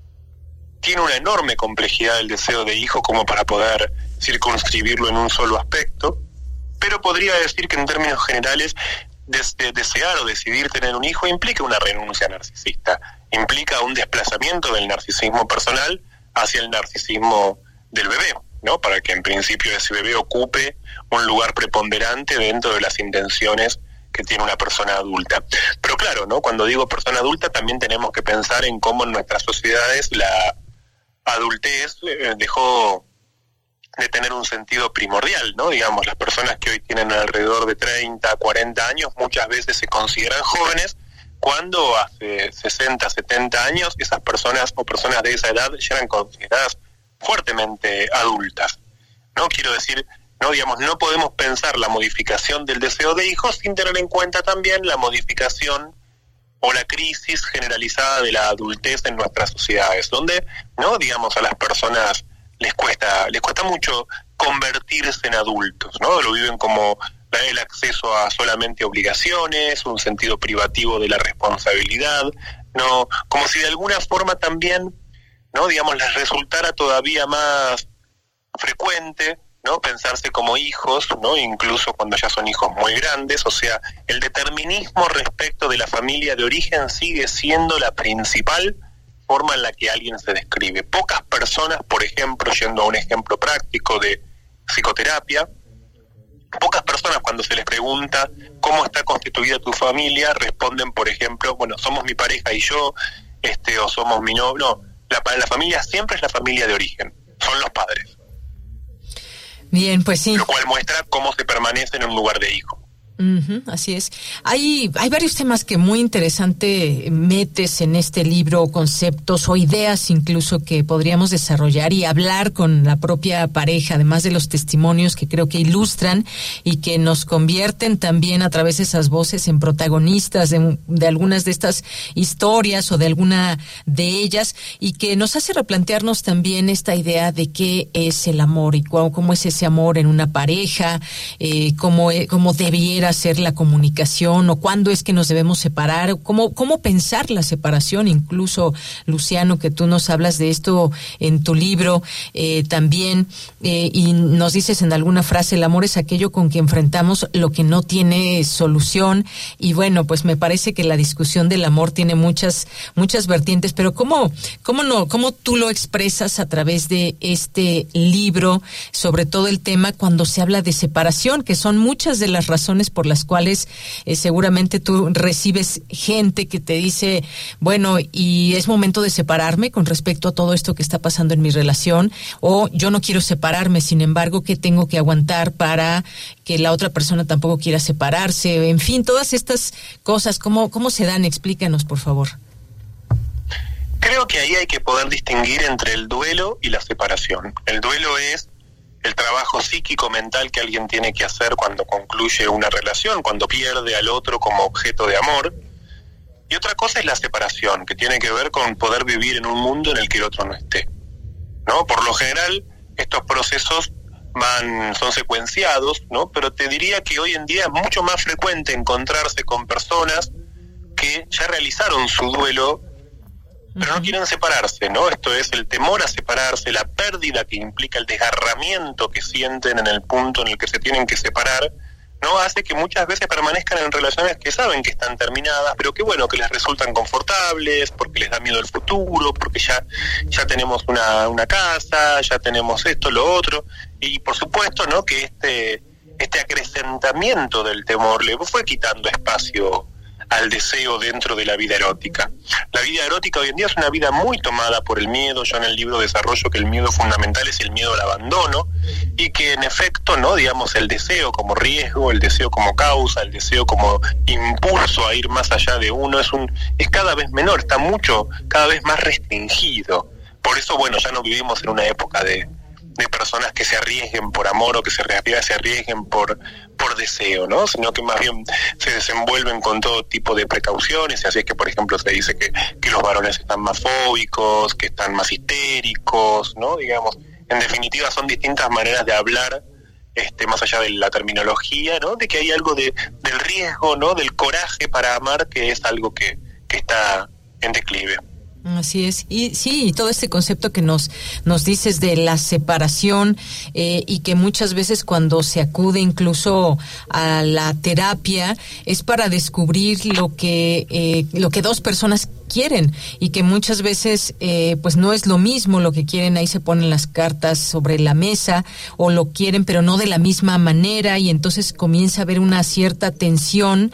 tiene una enorme complejidad el deseo de hijo como para poder circunscribirlo en un solo aspecto, pero podría decir que en términos generales desear o decidir tener un hijo implica una renuncia narcisista, implica un desplazamiento del narcisismo personal hacia el narcisismo del bebé, ¿no? Para que en principio ese bebé ocupe un lugar preponderante dentro de las intenciones que tiene una persona adulta. Pero claro, ¿no? Cuando digo persona adulta también tenemos que pensar en cómo en nuestras sociedades la adultez dejó de tener un sentido primordial, ¿no? Digamos, las personas que hoy tienen alrededor de 30, 40 años muchas veces se consideran jóvenes, cuando hace 60, 70 años esas personas o personas de esa edad ya eran consideradas fuertemente adultas, ¿no? Quiero decir, no, digamos, no podemos pensar la modificación del deseo de hijos sin tener en cuenta también la modificación o la crisis generalizada de la adultez en nuestras sociedades, donde, ¿no? Digamos, a las personas les cuesta mucho convertirse en adultos, ¿no? Lo viven como el acceso a solamente obligaciones, un sentido privativo de la responsabilidad, ¿no? Como si de alguna forma también, ¿no? Digamos, les resultara todavía más frecuente, ¿no? Pensarse como hijos, ¿no? Incluso cuando ya son hijos muy grandes. O sea, el determinismo respecto de la familia de origen sigue siendo la principal forma en la que alguien se describe. Pocas personas, por ejemplo, yendo a un ejemplo práctico de psicoterapia, pocas personas cuando se les pregunta cómo está constituida tu familia, responden, por ejemplo, bueno, somos mi pareja y yo, o somos mi novio. No, la familia siempre es la familia de origen, son los padres. Bien, pues sí. Lo cual muestra cómo se permanece en un lugar de hijo. Así es. Hay varios temas que muy interesante metes en este libro, conceptos o ideas incluso que podríamos desarrollar y hablar con la propia pareja, además de los testimonios que creo que ilustran y que nos convierten también a través de esas voces en protagonistas de algunas de estas historias o de alguna de ellas, y que nos hace replantearnos también esta idea de qué es el amor y cómo es ese amor en una pareja, cómo debiera ser la comunicación o cuándo es que nos debemos separar, cómo pensar la separación. Incluso, Luciano, que tú nos hablas de esto en tu libro también, y nos dices en alguna frase, el amor es aquello con que enfrentamos lo que no tiene solución. Y bueno, pues me parece que la discusión del amor tiene muchas vertientes, pero ¿cómo tú lo expresas a través de este libro, sobre todo el tema cuando se habla de separación, que son muchas de las razones por las cuales seguramente tú recibes gente que te dice, bueno, y es momento de separarme con respecto a todo esto que está pasando en mi relación, o yo no quiero separarme, sin embargo, ¿qué tengo que aguantar para que la otra persona tampoco quiera separarse? En fin, todas estas cosas, ¿cómo se dan? Explícanos, por favor. Creo que ahí hay que poder distinguir entre el duelo y la separación. El duelo es el trabajo psíquico mental que alguien tiene que hacer cuando concluye una relación, cuando pierde al otro como objeto de amor. Y otra cosa es la separación, que tiene que ver con poder vivir en un mundo en el que el otro no esté, ¿no? Por lo general, estos procesos son secuenciados, ¿no? Pero te diría que hoy en día es mucho más frecuente encontrarse con personas que ya realizaron su duelo, pero no quieren separarse, ¿no? Esto es el temor a separarse, la pérdida que implica el desgarramiento que sienten en el punto en el que se tienen que separar, ¿no? Hace que muchas veces permanezcan en relaciones que saben que están terminadas, pero que bueno, que les resultan confortables, porque les da miedo el futuro, porque ya tenemos una casa, ya tenemos esto, lo otro, y por supuesto, ¿no? Que este acrecentamiento del temor le fue quitando espacio al deseo dentro de la vida erótica. La vida erótica hoy en día es una vida muy tomada por el miedo. Yo en el libro desarrollo que el miedo fundamental es el miedo al abandono, y que en efecto, ¿no? Digamos, el deseo como riesgo, el deseo como causa, el deseo como impulso a ir más allá de uno es cada vez menor, está cada vez más restringido. Por eso, bueno, ya no vivimos en una época de personas que se arriesguen por amor o que se arriesguen por deseo, ¿no? Sino que más bien se desenvuelven con todo tipo de precauciones, y así es que, por ejemplo, se dice que los varones están más fóbicos, que están más histéricos, ¿no? Digamos, en definitiva son distintas maneras de hablar, más allá de la terminología, ¿no? De que hay algo del riesgo, ¿no? Del coraje para amar, que es algo que está en declive. Así es, y sí, y todo este concepto que nos dices de la separación, y que muchas veces cuando se acude incluso a la terapia es para descubrir lo que dos personas quieren, y que muchas veces pues no es lo mismo lo que quieren. Ahí se ponen las cartas sobre la mesa, o lo quieren pero no de la misma manera, y entonces comienza a haber una cierta tensión.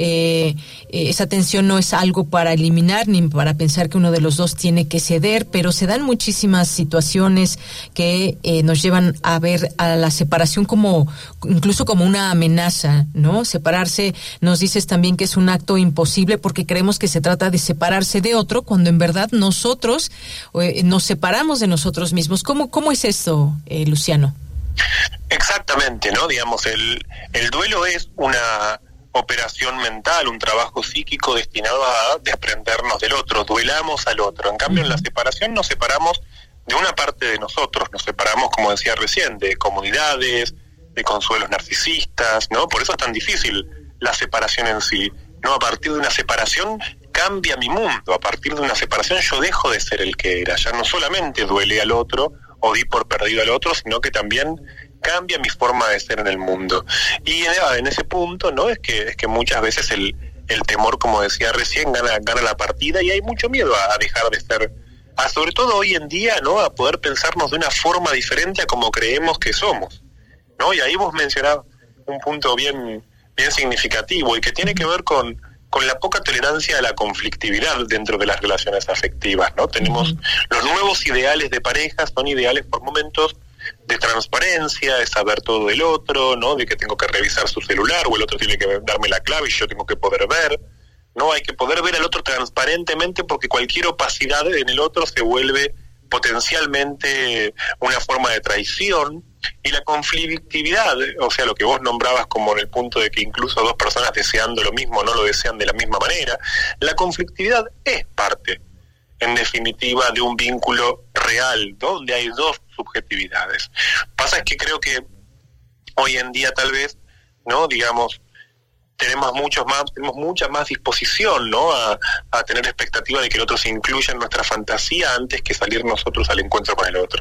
Esa tensión no es algo para eliminar ni para pensar que uno de los dos tiene que ceder, pero se dan muchísimas situaciones que nos llevan a ver a la separación incluso como una amenaza, ¿no? Separarse, nos dices también que es un acto imposible porque creemos que se trata de separarse de otro, cuando en verdad nosotros nos separamos de nosotros mismos. ¿Cómo es esto, Luciano? Exactamente, ¿no? Digamos, el duelo es una operación mental, un trabajo psíquico destinado a desprendernos del otro, duelamos al otro. En cambio, en la separación nos separamos de una parte de nosotros, nos separamos, como decía recién, de comodidades, de consuelos narcisistas, ¿no? Por eso es tan difícil la separación en sí, ¿no? A partir de una separación cambia mi mundo, a partir de una separación yo dejo de ser el que era, ya no solamente duele al otro o di por perdido al otro, sino que también cambia mi forma de ser en el mundo. Y en ese punto, ¿no? Es que muchas veces el temor, como decía recién, gana la partida, y hay mucho miedo a dejar de ser, sobre todo hoy en día, ¿no? A poder pensarnos de una forma diferente a como creemos que somos, ¿no? Y ahí vos mencionabas un punto bien significativo, y que tiene que ver con la poca tolerancia a la conflictividad dentro de las relaciones afectivas, ¿no? Tenemos los nuevos ideales de pareja, son ideales por momentos de transparencia, de saber todo del otro, ¿no? De que tengo que revisar su celular, o el otro tiene que darme la clave y yo tengo que poder ver, ¿no? Hay que poder ver al otro transparentemente, porque cualquier opacidad en el otro se vuelve potencialmente una forma de traición. Y la conflictividad, o sea, lo que vos nombrabas como en el punto de que incluso dos personas deseando lo mismo no lo desean de la misma manera, la conflictividad es parte, en definitiva, de un vínculo real, ¿no? Donde hay dos subjetividades. Pasa es que creo que hoy en día tal vez, ¿no? Digamos, tenemos mucha más disposición, ¿no? A tener expectativa de que el otro se incluya en nuestra fantasía antes que salir nosotros al encuentro con el otro.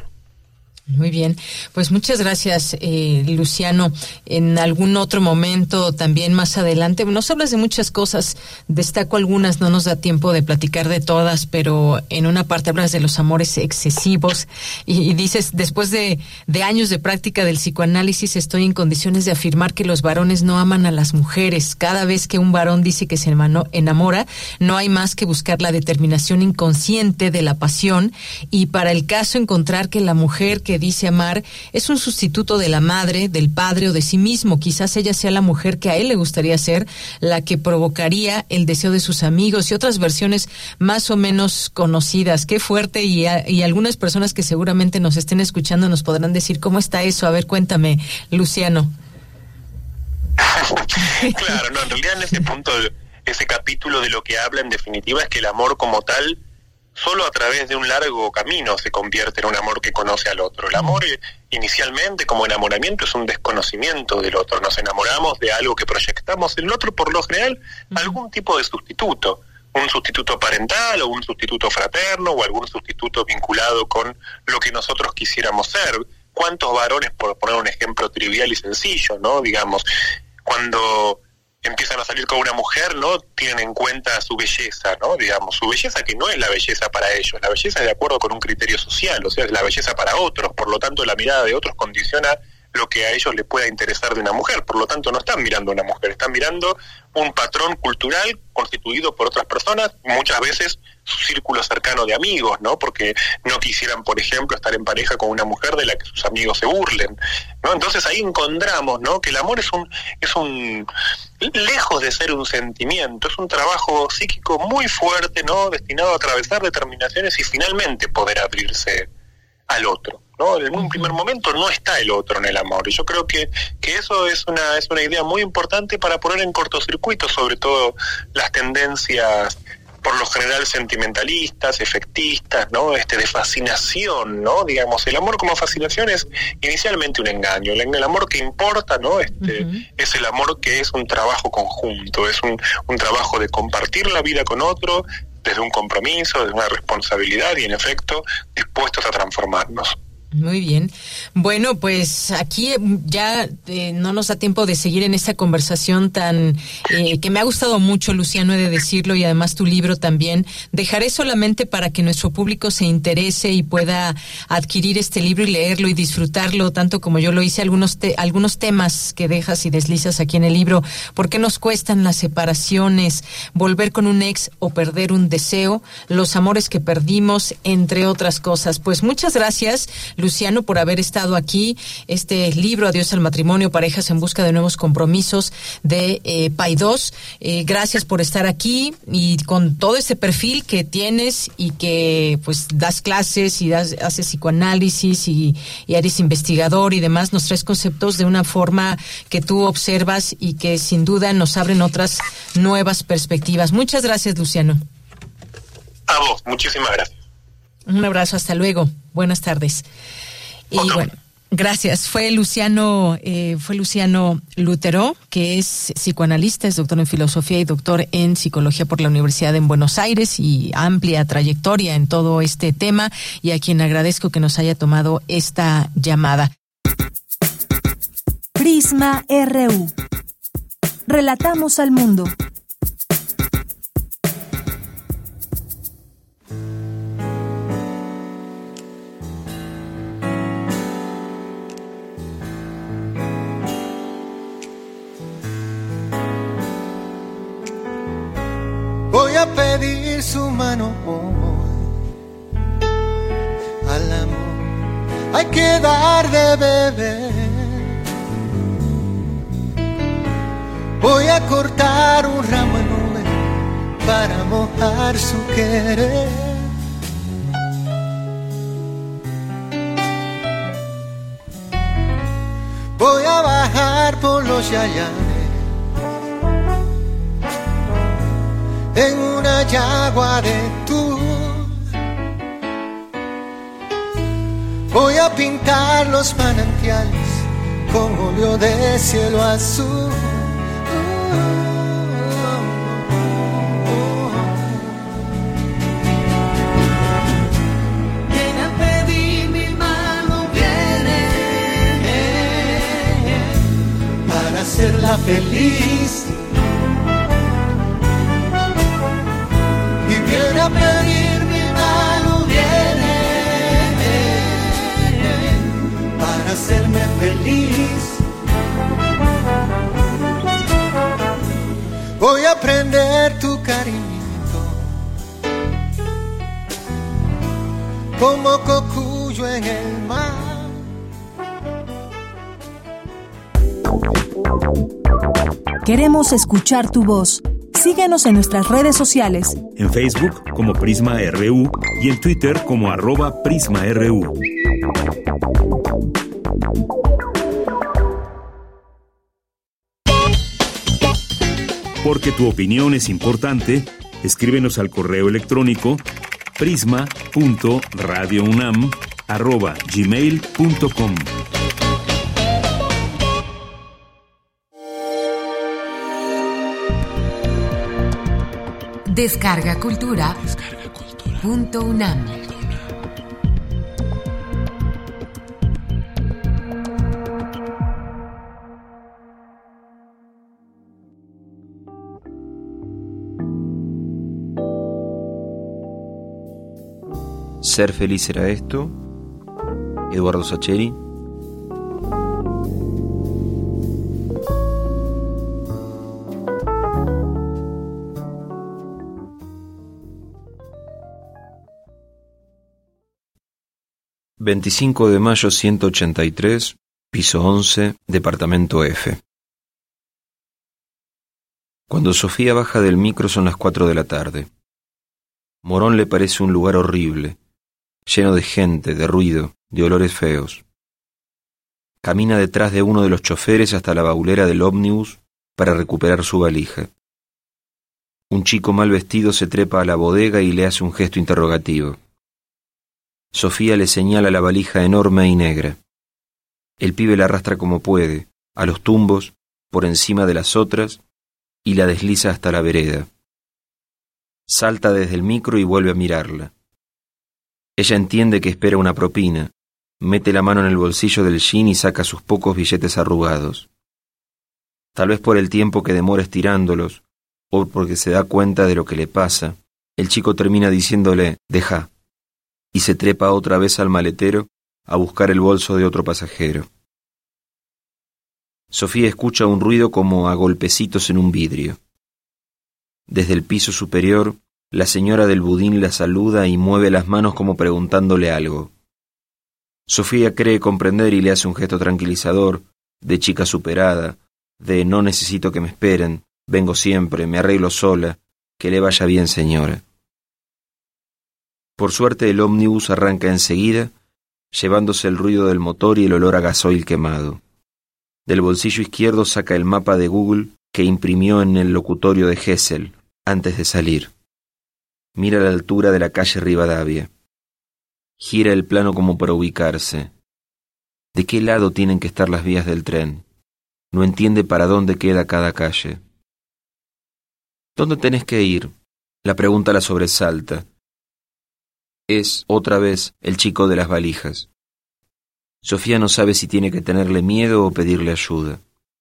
Muy bien, pues muchas gracias, Luciano. En algún otro momento, también más adelante, nos hablas de muchas cosas, destaco algunas, no nos da tiempo de platicar de todas, pero en una parte hablas de los amores excesivos y dices, después de años de práctica del psicoanálisis, estoy en condiciones de afirmar que los varones no aman a las mujeres. Cada vez que un varón dice que se enamora, no hay más que buscar la determinación inconsciente de la pasión, y para el caso encontrar que la mujer que dice amar es un sustituto de la madre, del padre o de sí mismo. Quizás ella sea la mujer que a él le gustaría ser, la que provocaría el deseo de sus amigos, y otras versiones más o menos conocidas. Qué fuerte, y algunas personas que seguramente nos estén escuchando nos podrán decir cómo está eso. A ver, cuéntame, Luciano. Claro, no, en realidad en ese punto, ese capítulo de lo que habla en definitiva es que el amor como tal solo a través de un largo camino se convierte en un amor que conoce al otro. El amor inicialmente, como enamoramiento, es un desconocimiento del otro. Nos enamoramos de algo que proyectamos en el otro, por lo general algún tipo de sustituto, un sustituto parental o un sustituto fraterno o algún sustituto vinculado con lo que nosotros quisiéramos ser. ¿Cuántos varones, por poner un ejemplo trivial y sencillo, ¿no? Digamos, cuando empiezan a salir con una mujer, ¿no? Tienen en cuenta su belleza, ¿no? Digamos, su belleza, que no es la belleza para ellos, la belleza es de acuerdo con un criterio social, o sea, es la belleza para otros, por lo tanto la mirada de otros condiciona lo que a ellos les pueda interesar de una mujer, por lo tanto no están mirando a una mujer, están mirando un patrón cultural constituido por otras personas, muchas veces su círculo cercano de amigos, ¿no? Porque no quisieran, por ejemplo, estar en pareja con una mujer de la que sus amigos se burlen, ¿no? Entonces ahí encontramos, ¿no? Que el amor es un lejos de ser un sentimiento, es un trabajo psíquico muy fuerte, ¿no? Destinado a atravesar determinaciones y finalmente poder abrirse al otro. ¿no? En un primer momento no está el otro en el amor, y yo creo que eso es una idea muy importante para poner en cortocircuito sobre todo las tendencias por lo general sentimentalistas, efectistas, ¿no? De fascinación, ¿no? Digamos, el amor como fascinación es inicialmente un engaño. El amor que importa, ¿no? Es el amor que es un trabajo conjunto, es un trabajo de compartir la vida con otro desde un compromiso, desde una responsabilidad y en efecto dispuestos a transformarnos. Muy bien. Bueno, pues aquí ya no nos da tiempo de seguir en esta conversación tan que me ha gustado mucho, Luciano, he de decirlo, y además tu libro también. Dejaré solamente para que nuestro público se interese y pueda adquirir este libro y leerlo y disfrutarlo tanto como yo lo hice, algunos temas que dejas y deslizas aquí en el libro. ¿Por qué nos cuestan las separaciones? Volver con un ex o perder un deseo, los amores que perdimos, entre otras cosas. Pues muchas gracias, Luciano, por haber estado aquí. Este libro, Adiós al matrimonio, parejas en busca de nuevos compromisos, de Paidós. Gracias por estar aquí y con todo este perfil que tienes y que pues das clases y haces psicoanálisis y eres investigador y demás, nos traes conceptos de una forma que tú observas y que sin duda nos abren otras nuevas perspectivas. Muchas gracias, Luciano. A vos, muchísimas gracias. Un abrazo, hasta luego. Buenas tardes. Y bueno, gracias. Fue Luciano Lutero, que es psicoanalista, es doctor en filosofía y doctor en psicología por la Universidad en Buenos Aires y amplia trayectoria en todo este tema, y a quien agradezco que nos haya tomado esta llamada. Prisma RU. Relatamos al mundo. Voy a pedir su mano al amor, hay que dar de beber. Voy a cortar un ramo en nube para mojar su querer. Voy a bajar por los yayanes en una yagua de tú. Voy a pintar los manantiales con óleo de cielo azul. Viene a pedir mi mano, viene para hacerla feliz. Viene a pedir mi mano, viene para hacerme feliz. Voy a prender tu cariñito como cocuyo en el mar. Queremos escuchar tu voz. Síguenos en nuestras redes sociales. En Facebook como Prisma RU y en Twitter como @PrismaRU. Porque tu opinión es importante, escríbenos al correo electrónico prisma.radiounam@gmail.com. Descarga Cultura.unam. Ser feliz era esto. Eduardo Sacheri. ...25 de mayo 183... piso 11, departamento F. Cuando Sofía baja del micro son las 4 de la tarde. Morón le parece un lugar horrible, lleno de gente, de ruido, de olores feos. Camina detrás de uno de los choferes hasta la baulera del ómnibus para recuperar su valija. Un chico mal vestido se trepa a la bodega y le hace un gesto interrogativo. Sofía le señala la valija enorme y negra. El pibe la arrastra como puede, a los tumbos, por encima de las otras, y la desliza hasta la vereda. Salta desde el micro y vuelve a mirarla. Ella entiende que espera una propina, mete la mano en el bolsillo del jean y saca sus pocos billetes arrugados. Tal vez por el tiempo que demora estirándolos, o porque se da cuenta de lo que le pasa, el chico termina diciéndole «deja», y se trepa otra vez al maletero a buscar el bolso de otro pasajero. Sofía escucha un ruido como a golpecitos en un vidrio. Desde el piso superior, la señora del budín la saluda y mueve las manos como preguntándole algo. Sofía cree comprender y le hace un gesto tranquilizador, de chica superada, de no necesito que me esperen, vengo siempre, me arreglo sola, que le vaya bien, señora. Por suerte el ómnibus arranca enseguida, llevándose el ruido del motor y el olor a gasoil quemado. Del bolsillo izquierdo saca el mapa de Google que imprimió en el locutorio de Gesell, antes de salir. Mira la altura de la calle Rivadavia. Gira el plano como para ubicarse. ¿De qué lado tienen que estar las vías del tren? No entiende para dónde queda cada calle. ¿Dónde tenés que ir? La pregunta la sobresalta. Es, otra vez, el chico de las valijas. Sofía no sabe si tiene que tenerle miedo o pedirle ayuda.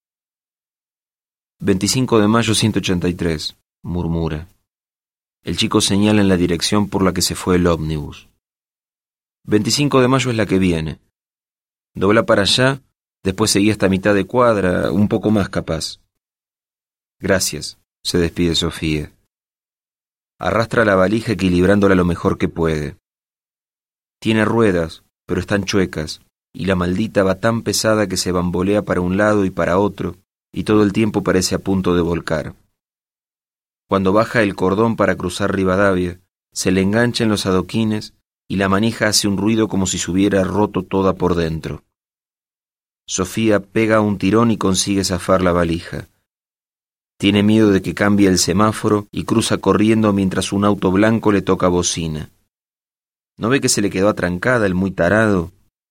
25 de mayo 183, murmura. El chico señala en la dirección por la que se fue el ómnibus. 25 de mayo es la que viene. Dobla para allá, después seguí hasta mitad de cuadra, un poco más capaz. Gracias, se despide Sofía. Arrastra la valija equilibrándola lo mejor que puede. Tiene ruedas, pero están chuecas, y la maldita va tan pesada que se bambolea para un lado y para otro, y todo el tiempo parece a punto de volcar. Cuando baja el cordón para cruzar Rivadavia, se le engancha en los adoquines y la manija hace un ruido como si se hubiera roto toda por dentro. Sofía pega un tirón y consigue zafar la valija. Tiene miedo de que cambie el semáforo y cruza corriendo mientras un auto blanco le toca bocina. ¿No ve que se le quedó atrancada el muy tarado?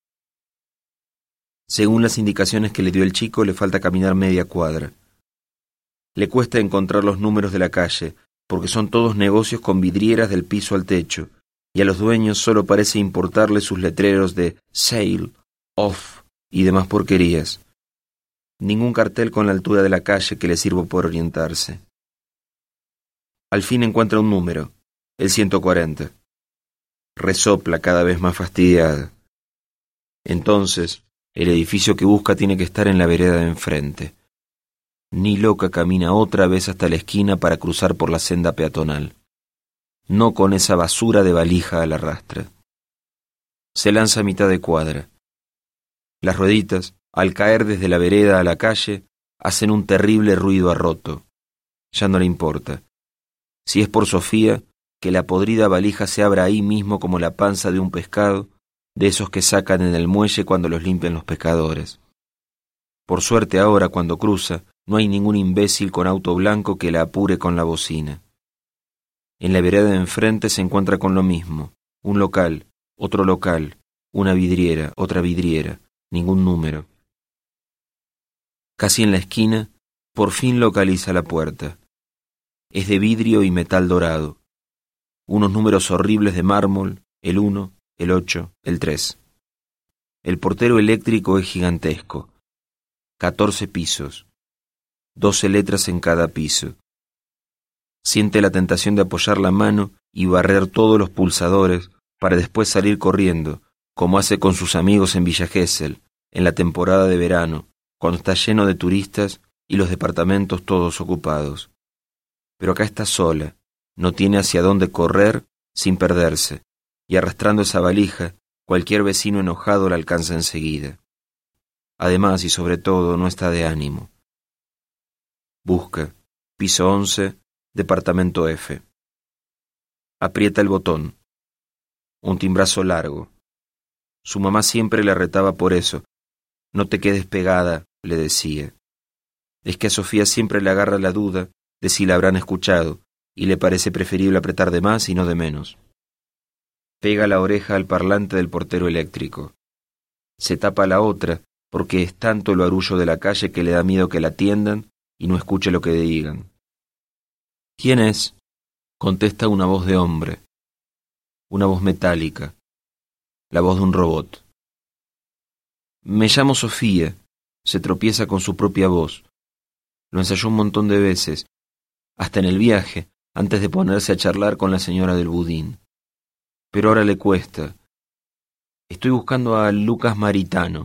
Según las indicaciones que le dio el chico, le falta caminar media cuadra. Le cuesta encontrar los números de la calle, porque son todos negocios con vidrieras del piso al techo, y a los dueños solo parece importarle sus letreros de sale, off y demás porquerías. Ningún cartel con la altura de la calle que le sirva por orientarse. Al fin encuentra un número, el 140. Resopla cada vez más fastidiada. Entonces, el edificio que busca tiene que estar en la vereda de enfrente. Ni loca camina otra vez hasta la esquina para cruzar por la senda peatonal. No con esa basura de valija a la rastra. Se lanza a mitad de cuadra. Las rueditas, al caer desde la vereda a la calle, hacen un terrible ruido a roto. Ya no le importa. Si es por Sofía, que la podrida valija se abra ahí mismo como la panza de un pescado, de esos que sacan en el muelle cuando los limpian los pescadores. Por suerte ahora, cuando cruza, no hay ningún imbécil con auto blanco que la apure con la bocina. En la vereda de enfrente se encuentra con lo mismo, un local, otro local, una vidriera, otra vidriera, ningún número. Casi en la esquina, por fin localiza la puerta. Es de vidrio y metal dorado. Unos números horribles de mármol, el 1, el 8, el 3. El portero eléctrico es gigantesco. 14 pisos. 12 letras en cada piso. Siente la tentación de apoyar la mano y barrer todos los pulsadores para después salir corriendo, como hace con sus amigos en Villa Gesell, en la temporada de verano, cuando está lleno de turistas y los departamentos todos ocupados. Pero acá está sola, no tiene hacia dónde correr sin perderse, y arrastrando esa valija, cualquier vecino enojado la alcanza enseguida. Además y sobre todo no está de ánimo. Busca, piso 11, departamento F. Aprieta el botón. Un timbrazo largo. Su mamá siempre la retaba por eso. No te quedes pegada, le decía. Es que a Sofía siempre le agarra la duda de si la habrán escuchado, y le parece preferible apretar de más y no de menos. Pega la oreja al parlante del portero eléctrico. Se tapa la otra, porque es tanto el barullo de la calle que le da miedo que la atiendan y no escuche lo que digan. ¿Quién es?, contesta una voz de hombre. Una voz metálica. La voz de un robot. Me llamo Sofía. Se tropieza con su propia voz. Lo ensayó un montón de veces, hasta en el viaje, antes de ponerse a charlar con la señora del budín. Pero ahora le cuesta. Estoy buscando a Lucas Maritano.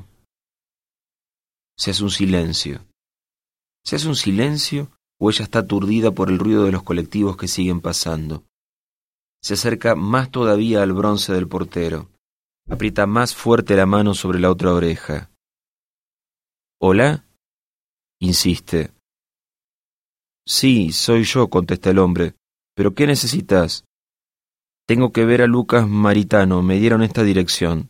Se hace un silencio. ¿Se hace un silencio o ella está aturdida por el ruido de los colectivos que siguen pasando? Se acerca más todavía al bronce del portero. Aprieta más fuerte la mano sobre la otra oreja. ¿Hola?, insiste. Sí, soy yo, contesta el hombre. ¿Pero qué necesitas? Tengo que ver a Lucas Maritano, me dieron esta dirección.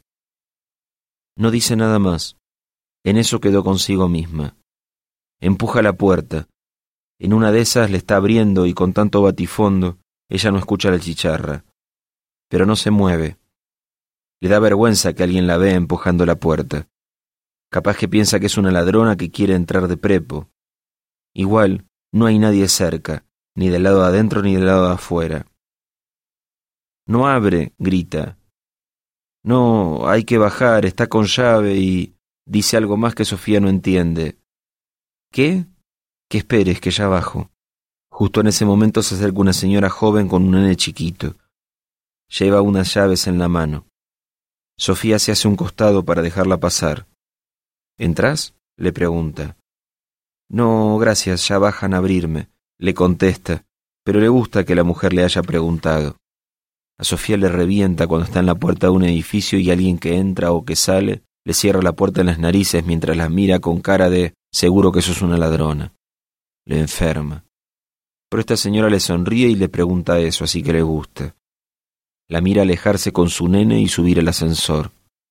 No dice nada más. En eso quedó consigo misma. Empuja la puerta. En una de esas le está abriendo y con tanto batifondo, ella no escucha la chicharra. Pero no se mueve. Le da vergüenza que alguien la vea empujando la puerta. Capaz que piensa que es una ladrona que quiere entrar de prepo. Igual, no hay nadie cerca, ni del lado de adentro ni del lado de afuera. No abre, grita. No, hay que bajar, está con llave y... dice algo más que Sofía no entiende. ¿Qué? Que esperes, que ya bajo. Justo en ese momento se acerca una señora joven con un nene chiquito. Lleva unas llaves en la mano. Sofía se hace un costado para dejarla pasar. ¿Entrás?, le pregunta. No, gracias, ya bajan a abrirme, le contesta, pero le gusta que la mujer le haya preguntado. A Sofía le revienta cuando está en la puerta de un edificio y alguien que entra o que sale le cierra la puerta en las narices mientras la mira con cara de seguro que sos una ladrona. Le enferma. Pero esta señora le sonríe y le pregunta eso, así que le gusta. La mira alejarse con su nene y subir el ascensor.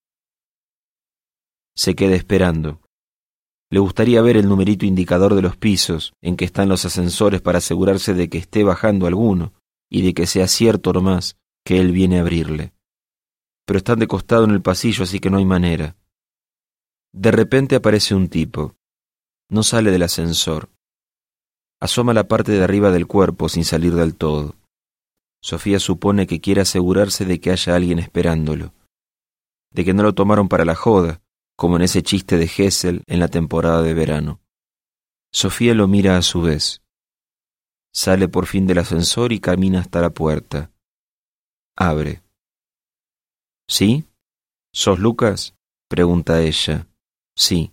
Se queda esperando. Le gustaría ver el numerito indicador de los pisos en que están los ascensores para asegurarse de que esté bajando alguno y de que sea cierto nomás que él viene a abrirle. Pero están de costado en el pasillo, así que no hay manera. De repente aparece un tipo. No sale del ascensor. Asoma la parte de arriba del cuerpo sin salir del todo. Sofía supone que quiere asegurarse de que haya alguien esperándolo, de que no lo tomaron para la joda, como en ese chiste de Gesell en la temporada de verano. Sofía lo mira a su vez. Sale por fin del ascensor y camina hasta la puerta. Abre. ¿Sí? ¿Sos Lucas?, pregunta ella. Sí.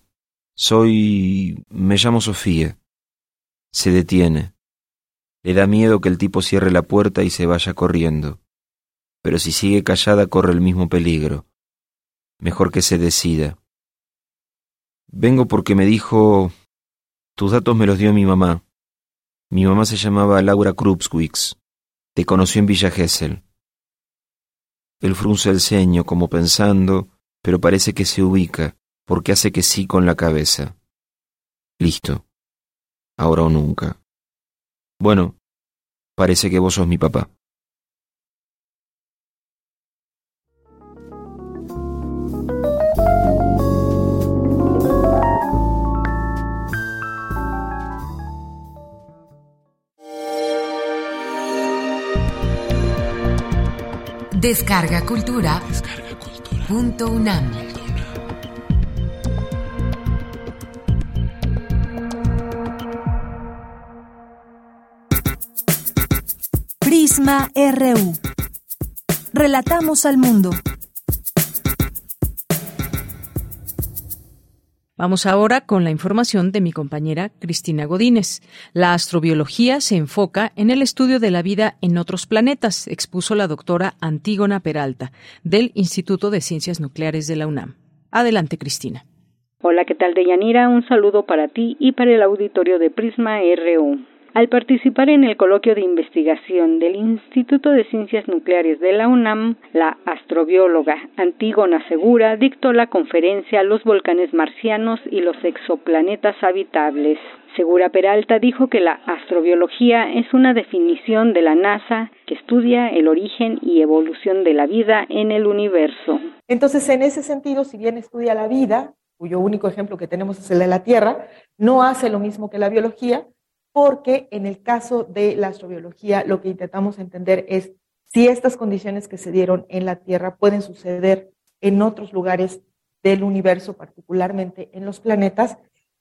Me llamo Sofía. Se detiene. Le da miedo que el tipo cierre la puerta y se vaya corriendo. Pero si sigue callada corre el mismo peligro. Mejor que se decida. Vengo porque me dijo... Tus datos me los dio mi mamá. Mi mamá se llamaba Laura Krupswicz. Te conoció en Villa Gesell. Él frunce el ceño como pensando, pero parece que se ubica, porque hace que sí con la cabeza. Listo. Ahora o nunca. Bueno, parece que vos sos mi papá. Descarga Cultura. .unam. Prisma RU. Relatamos al mundo. Vamos ahora con la información de mi compañera Cristina Godínez. La astrobiología se enfoca en el estudio de la vida en otros planetas, expuso la doctora Antígona Peralta, del Instituto de Ciencias Nucleares de la UNAM. Adelante, Cristina. Hola, ¿qué tal, Deyanira? Un saludo para ti y para el auditorio de Prisma RU. al participar en el coloquio de investigación del Instituto de Ciencias Nucleares de la UNAM, la astrobióloga Antígona Segura dictó la conferencia Los volcanes marcianos y los exoplanetas habitables. Segura Peralta dijo que la astrobiología es una definición de la NASA que estudia el origen y evolución de la vida en el universo. Entonces, en ese sentido, si bien estudia la vida, cuyo único ejemplo que tenemos es el de la Tierra, no hace lo mismo que la biología, porque en el caso de la astrobiología lo que intentamos entender es si estas condiciones que se dieron en la Tierra pueden suceder en otros lugares del universo, particularmente en los planetas,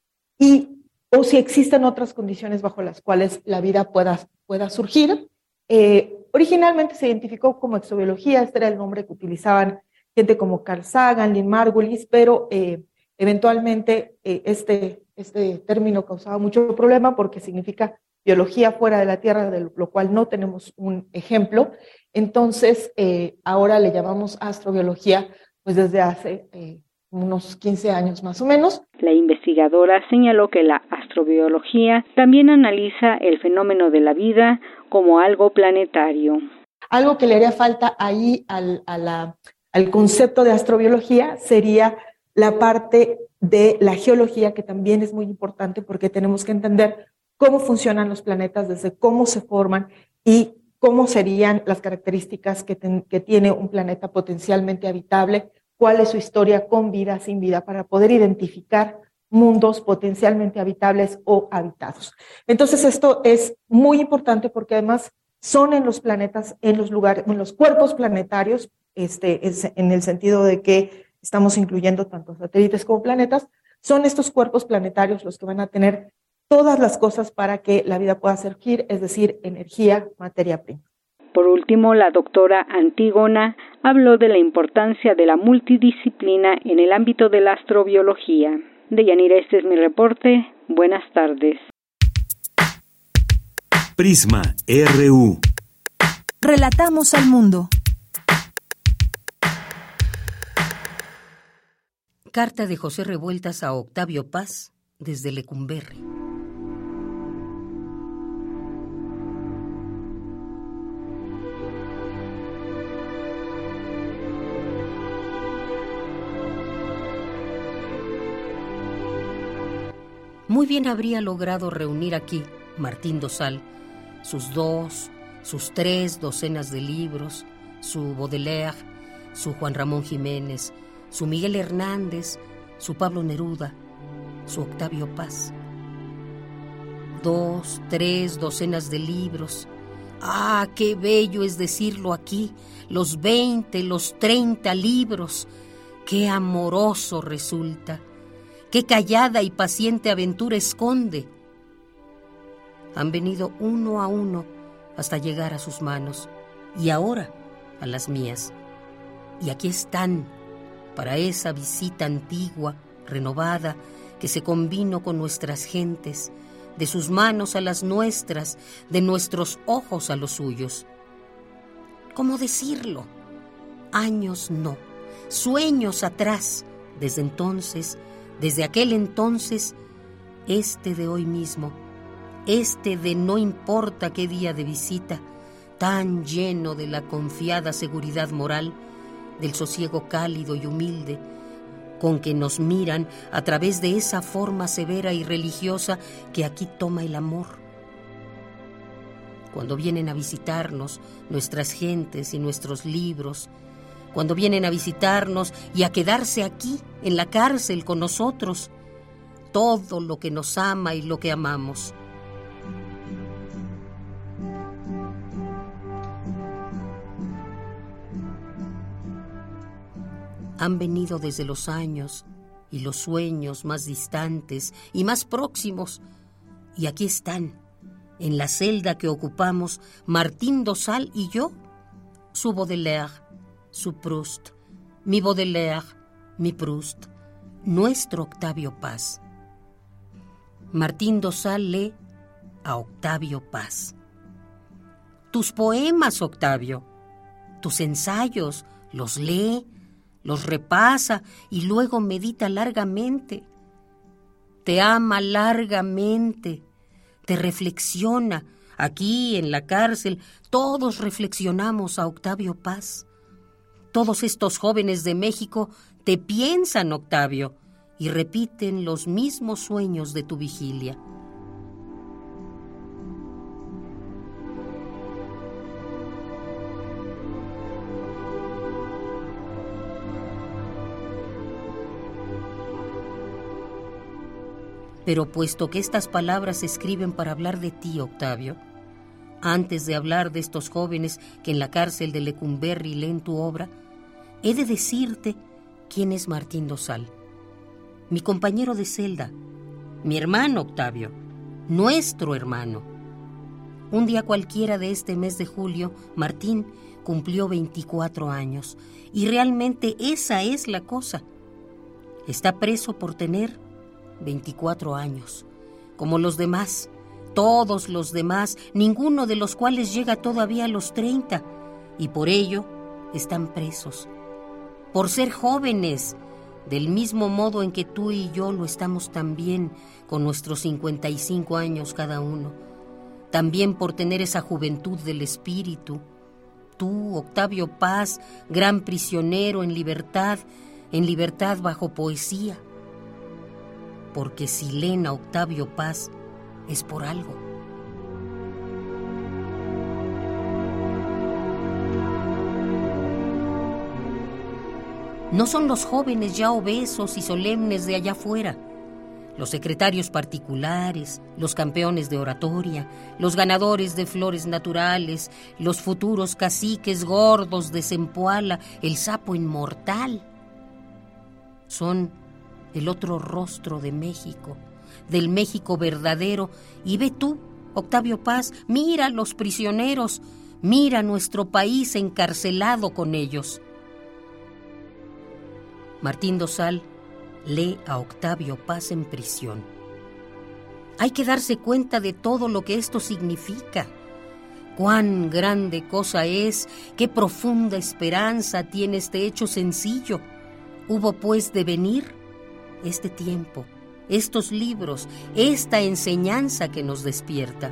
o si existen otras condiciones bajo las cuales la vida pueda surgir. Originalmente se identificó como exobiología, este era el nombre que utilizaban gente como Carl Sagan, Lynn Margulis, pero eventualmente este término causaba mucho problema porque significa biología fuera de la Tierra, de lo cual no tenemos un ejemplo. Entonces, ahora le llamamos astrobiología, pues desde hace unos 15 años más o menos. La investigadora señaló que la astrobiología también analiza el fenómeno de la vida como algo planetario. Algo que le haría falta ahí al concepto de astrobiología sería la parte de la geología, que también es muy importante porque tenemos que entender cómo funcionan los planetas, desde cómo se forman y cómo serían las características que tiene un planeta potencialmente habitable, cuál es su historia con vida, sin vida, para poder identificar mundos potencialmente habitables o habitados. Entonces esto es muy importante porque además son en los planetas, en los cuerpos planetarios, en el sentido de que estamos incluyendo tanto satélites como planetas, son estos cuerpos planetarios los que van a tener todas las cosas para que la vida pueda surgir, es decir, energía, materia prima. Por último, la doctora Antígona habló de la importancia de la multidisciplina en el ámbito de la astrobiología. Deyanira, este es mi reporte. Buenas tardes. Prisma RU. Relatamos al mundo. Carta de José Revueltas a Octavio Paz desde Lecumberri. Muy bien habría logrado reunir aquí Martín Dosal sus 2, sus 3 docenas de libros, su Baudelaire, su Juan Ramón Jiménez, su Miguel Hernández, su Pablo Neruda, su Octavio Paz. 2, 3 docenas de libros. ¡Ah, qué bello es decirlo aquí! Los 20, los 30 libros. ¡Qué amoroso resulta! ¡Qué callada y paciente aventura esconde! Han venido uno a uno hasta llegar a sus manos, y ahora a las mías. Y aquí están, para esa visita antigua, renovada, que se convino con nuestras gentes, de sus manos a las nuestras, de nuestros ojos a los suyos. ¿Cómo decirlo? Años no, sueños atrás, desde entonces, desde aquel entonces, este de hoy mismo, este de no importa qué día de visita, tan lleno de la confiada seguridad moral, del sosiego cálido y humilde, con que nos miran a través de esa forma severa y religiosa que aquí toma el amor. Cuando vienen a visitarnos nuestras gentes y nuestros libros, cuando vienen a visitarnos y a quedarse aquí, en la cárcel con nosotros, todo lo que nos ama y lo que amamos. Han venido desde los años y los sueños más distantes y más próximos, y aquí están, en la celda que ocupamos Martín Dosal y yo, su Baudelaire, su Proust, mi Baudelaire, mi Proust, nuestro Octavio Paz. Martín Dosal lee a Octavio Paz. Tus poemas, Octavio, tus ensayos, los lee, los repasa y luego medita largamente. Te ama largamente, te reflexiona. Aquí, en la cárcel, todos reflexionamos a Octavio Paz. Todos estos jóvenes de México te piensan, Octavio, y repiten los mismos sueños de tu vigilia. Pero puesto que estas palabras se escriben para hablar de ti, Octavio, antes de hablar de estos jóvenes que en la cárcel de Lecumberri leen tu obra, he de decirte quién es Martín Dosal, mi compañero de celda, mi hermano, Octavio, nuestro hermano. Un día cualquiera de este mes de julio, Martín cumplió 24 años, y realmente esa es la cosa. Está preso por tener 24 años, como los demás, todos los demás, ninguno de los cuales llega todavía a los 30, y por ello están presos, por ser jóvenes, del mismo modo en que tú y yo lo estamos también, con nuestros 55 años cada uno, también por tener esa juventud del espíritu. Tú, Octavio Paz, gran prisionero en libertad bajo poesía. Porque si leen a Octavio Paz es por algo. No son los jóvenes ya obesos y solemnes de allá afuera, los secretarios particulares, los campeones de oratoria, los ganadores de flores naturales, los futuros caciques gordos de Zempoala, el sapo inmortal. Son el otro rostro de México, del México verdadero. Y ve tú, Octavio Paz, mira los prisioneros, mira nuestro país encarcelado con ellos. Martín Dosal lee a Octavio Paz en prisión. Hay que darse cuenta de todo lo que esto significa. Cuán grande cosa es, qué profunda esperanza tiene este hecho sencillo. Hubo pues de venir este tiempo, estos libros, esta enseñanza que nos despierta.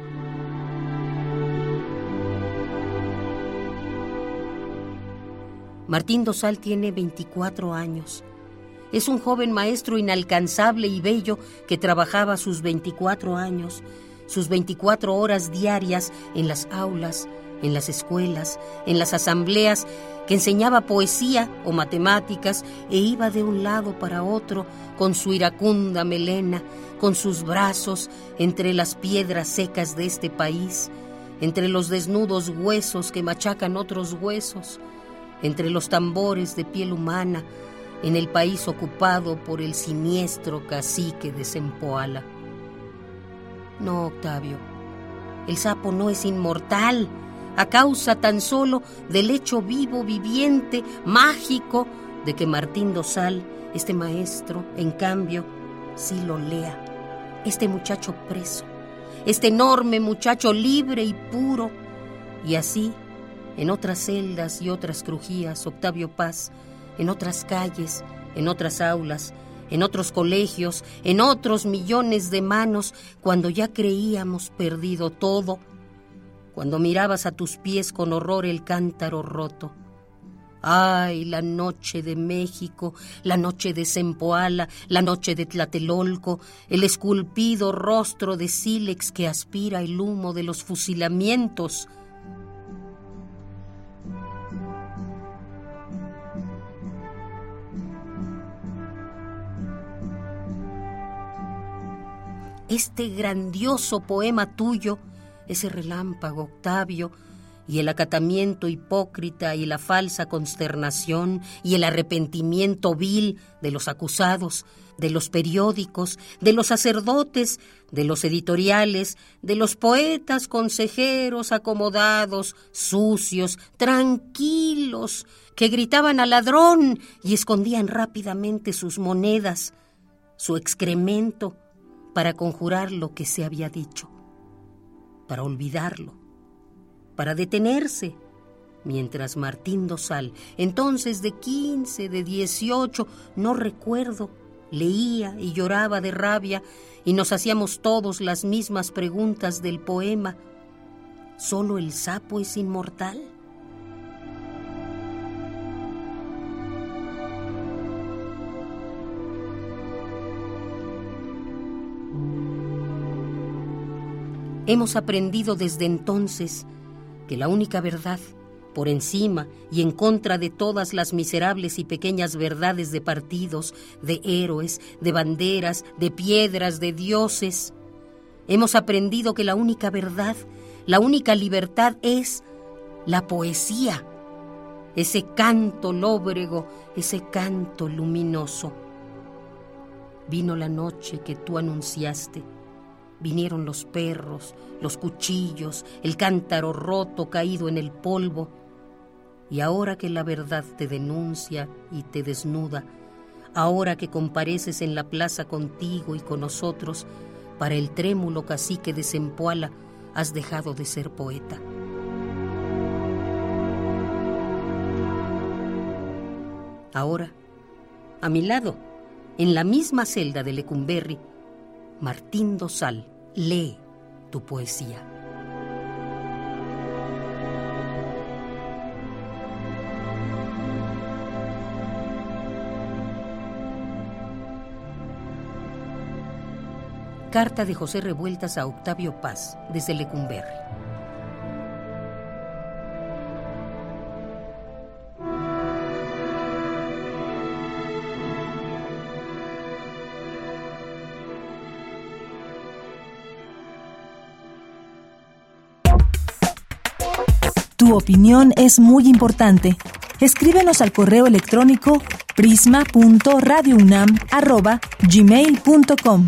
Martín Dosal tiene 24 años. Es un joven maestro inalcanzable y bello que trabajaba sus 24 años, sus 24 horas diarias en las aulas, en las escuelas, en las asambleas, que enseñaba poesía o matemáticas e iba de un lado para otro con su iracunda melena, con sus brazos entre las piedras secas de este país, entre los desnudos huesos que machacan otros huesos, entre los tambores de piel humana, en el país ocupado por el siniestro cacique de Zempoala. No, Octavio, el sapo no es inmortal, a causa tan solo del hecho vivo, viviente, mágico, de que Martín Dosal, este maestro, en cambio, sí lo lea. Este muchacho preso, este enorme muchacho libre y puro. Y así, en otras celdas y otras crujías, Octavio Paz, en otras calles, en otras aulas, en otros colegios, en otros millones de manos, cuando ya creíamos perdido todo, cuando mirabas a tus pies con horror el cántaro roto. ¡Ay, la noche de México, la noche de Zempoala, la noche de Tlatelolco, el esculpido rostro de sílex que aspira el humo de los fusilamientos! Este grandioso poema tuyo, ese relámpago, Octavio, y el acatamiento hipócrita y la falsa consternación y el arrepentimiento vil de los acusados, de los periódicos, de los sacerdotes, de los editoriales, de los poetas consejeros acomodados, sucios, tranquilos, que gritaban al ladrón y escondían rápidamente sus monedas, su excremento, para conjurar lo que se había dicho, para olvidarlo, para detenerse, mientras Martín Dosal, entonces de 15, de 18, no recuerdo, leía y lloraba de rabia y nos hacíamos todos las mismas preguntas del poema. ¿Solo el sapo es inmortal? Hemos aprendido desde entonces que la única verdad, por encima y en contra de todas las miserables y pequeñas verdades de partidos, de héroes, de banderas, de piedras, de dioses, hemos aprendido que la única verdad, la única libertad es la poesía, ese canto lóbrego, ese canto luminoso. Vino la noche que tú anunciaste. Vinieron los perros, los cuchillos, el cántaro roto caído en el polvo. Y ahora que la verdad te denuncia y te desnuda, ahora que compareces en la plaza contigo y con nosotros, para el trémulo cacique de Zempoala, has dejado de ser poeta. Ahora, a mi lado, en la misma celda de Lecumberri, Martín Dosal lee tu poesía. Carta de José Revueltas a Octavio Paz, desde Lecumberri. Tu opinión es muy importante. Escríbenos al correo electrónico prisma.radiounam@gmail.com.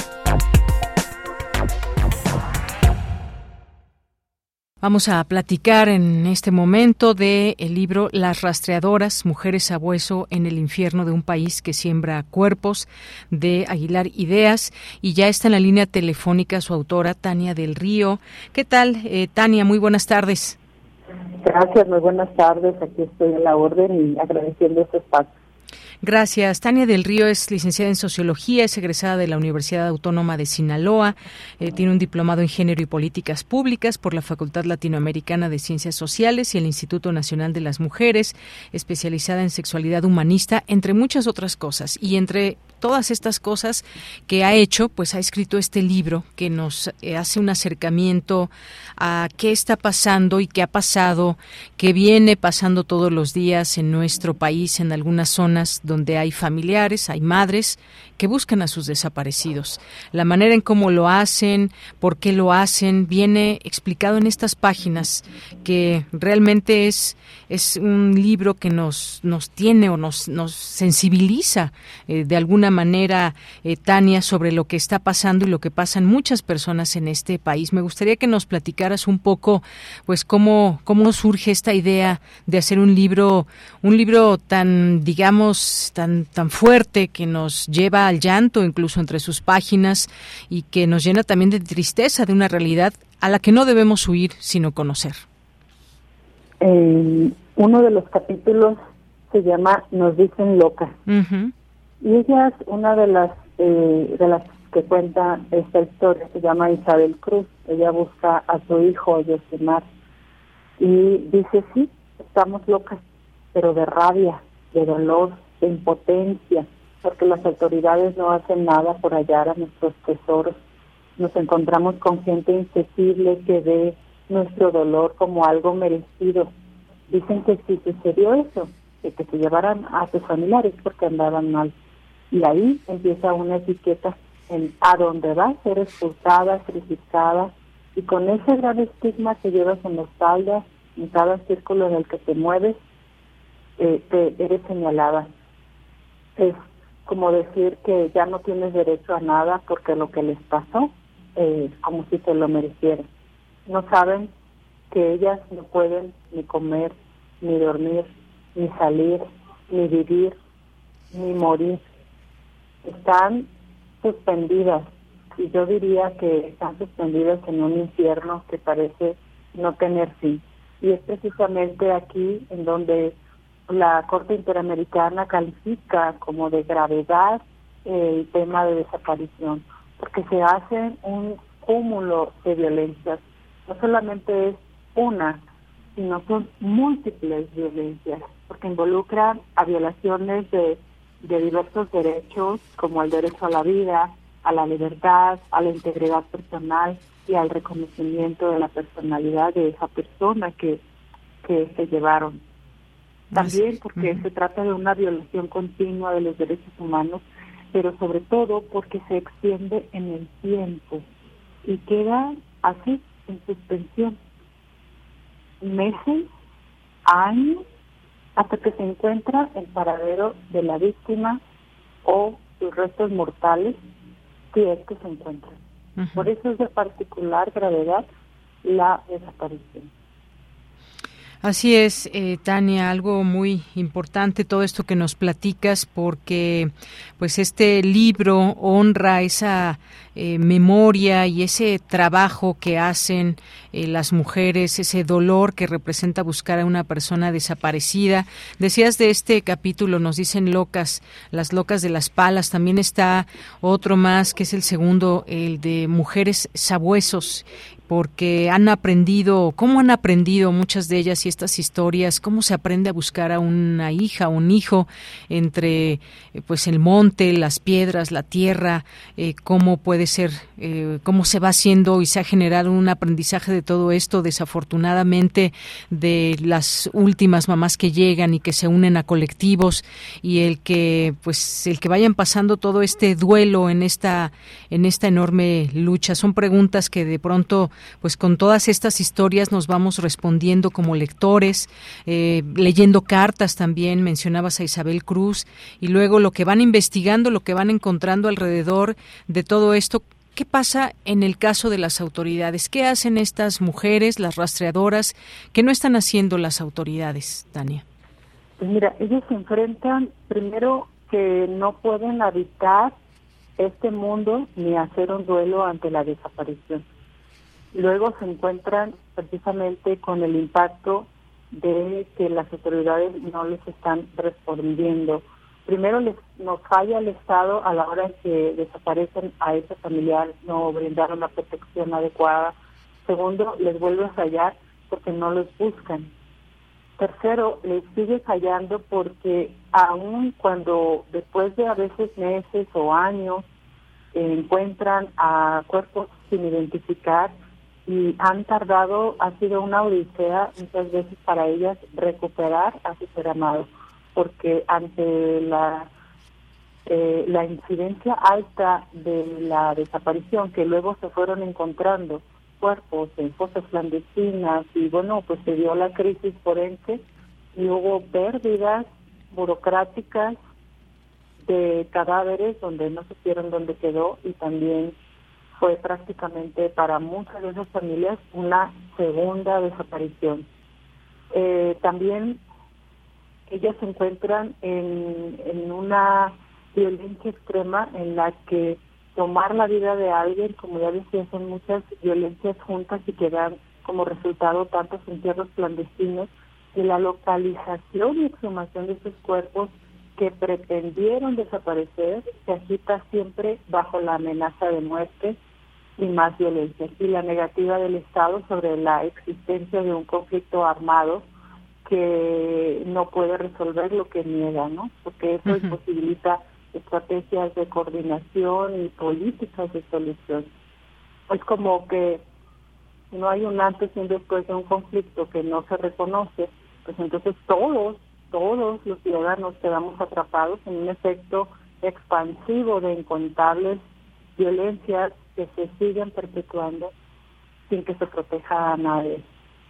Vamos a platicar en este momento del libro Las rastreadoras, mujeres sabueso en el infierno de un país que siembra cuerpos, de Aguilar Ideas, y ya está en la línea telefónica su autora, Tania del Río. ¿Qué tal, Tania? Muy buenas tardes. Gracias, muy buenas tardes. Aquí estoy a la orden y agradeciendo este espacio. Gracias. Tania del Río es licenciada en Sociología, es egresada de la Universidad Autónoma de Sinaloa, tiene un diplomado en Género y Políticas Públicas por la Facultad Latinoamericana de Ciencias Sociales y el Instituto Nacional de las Mujeres, especializada en sexualidad humanista, entre muchas otras cosas. Y entre todas estas cosas que ha hecho, pues ha escrito este libro que nos hace un acercamiento a qué está pasando y qué ha pasado, qué viene pasando todos los días en nuestro país, en algunas zonas donde hay familiares, hay madres que buscan a sus desaparecidos. La manera en cómo lo hacen, por qué lo hacen, viene explicado en estas páginas, que realmente es un libro que nos tiene o nos sensibiliza de alguna manera, Tania, sobre lo que está pasando y lo que pasan muchas personas en este país. Me gustaría que nos platicaras un poco, pues, cómo surge esta idea de hacer un libro tan, digamos, tan fuerte, que nos lleva al llanto incluso entre sus páginas y que nos llena también de tristeza de una realidad a la que no debemos huir, sino conocer. Uno de los capítulos se llama Nos dicen locas. Uh-huh. Y ella es una de las que cuenta esta historia, se llama Isabel Cruz. Ella busca a su hijo, Yosemar, y dice, sí, estamos locas, pero de rabia, de dolor, de impotencia, porque las autoridades no hacen nada por hallar a nuestros tesoros. Nos encontramos con gente insensible que ve nuestro dolor como algo merecido. Dicen que si sucedió eso, que se llevaran a sus familiares porque andaban mal. Y ahí empieza una etiqueta en a dónde vas, eres expulsada, criticada, y con ese gran estigma que llevas en la espalda, en cada círculo en el que te mueves, eres señalada. Es como decir que ya no tienes derecho a nada porque lo que les pasó es como si se lo merecieran. No saben que ellas no pueden ni comer, ni dormir, ni salir, ni vivir, ni morir. Están suspendidas, y yo diría que están suspendidas en un infierno que parece no tener fin. Y es precisamente aquí en donde la Corte Interamericana califica como de gravedad el tema de desaparición, porque se hace un cúmulo de violencias. No solamente es una, sino son múltiples violencias, porque involucran a violaciones de diversos derechos, como el derecho a la vida, a la libertad, a la integridad personal y al reconocimiento de la personalidad de esa persona que se llevaron. También porque se trata de una violación continua de los derechos humanos, pero sobre todo porque se extiende en el tiempo y queda así, en suspensión, meses, años, hasta que se encuentra el paradero de la víctima o sus restos mortales, si es que se encuentran. Por eso es de particular gravedad la desaparición. Así es, Tania, algo muy importante todo esto que nos platicas, porque pues este libro honra esa memoria y ese trabajo que hacen las mujeres, ese dolor que representa buscar a una persona desaparecida. Decías de este capítulo, nos dicen locas, las locas de las palas. También está otro más, que es el segundo, el de mujeres sabuesos, porque cómo han aprendido muchas de ellas y estas historias, cómo se aprende a buscar a una hija, un hijo entre pues el monte, las piedras, la tierra, cómo puede ser, cómo se va haciendo y se ha generado un aprendizaje de todo esto, desafortunadamente, de las últimas mamás que llegan y que se unen a colectivos, y el que vayan pasando todo este duelo en esta enorme lucha. Son preguntas que de pronto, pues con todas estas historias nos vamos respondiendo como lectores, leyendo cartas también. Mencionabas a Isabel Cruz, y luego lo que van investigando, lo que van encontrando alrededor de todo esto. ¿Qué pasa en el caso de las autoridades? ¿Qué hacen estas mujeres, las rastreadoras? ¿Qué no están haciendo las autoridades, Tania? Pues mira, ellos se enfrentan primero que no pueden habitar este mundo ni hacer un duelo ante la desaparición. Luego se encuentran precisamente con el impacto de que las autoridades no les están respondiendo. Primero nos falla el Estado a la hora que desaparecen a ese familiar, no brindaron la protección adecuada. Segundo, les vuelve a fallar porque no los buscan. Tercero, les sigue fallando porque aun cuando después de a veces meses o años encuentran a cuerpos sin identificar, y han tardado, ha sido una odisea muchas veces para ellas recuperar a sus ser amados, porque ante la incidencia alta de la desaparición, que luego se fueron encontrando cuerpos en fosas clandestinas, y bueno, pues se dio la crisis forense y hubo pérdidas burocráticas de cadáveres donde no supieron dónde quedó, y también fue prácticamente para muchas de esas familias una segunda desaparición. También ellas se encuentran en una violencia extrema en la que tomar la vida de alguien, como ya decía, son muchas violencias juntas y que dan como resultado tantos entierros clandestinos, y la localización y exhumación de esos cuerpos que pretendieron desaparecer se agita siempre bajo la amenaza de muerte y más violencia, y la negativa del Estado sobre la existencia de un conflicto armado que no puede resolver lo que niega, ¿no? Porque eso imposibilita estrategias de coordinación y políticas de solución. Es como que no hay un antes y un después de un conflicto que no se reconoce, pues entonces todos los ciudadanos quedamos atrapados en un efecto expansivo de incontables violencias que se siguen perpetuando sin que se proteja a nadie.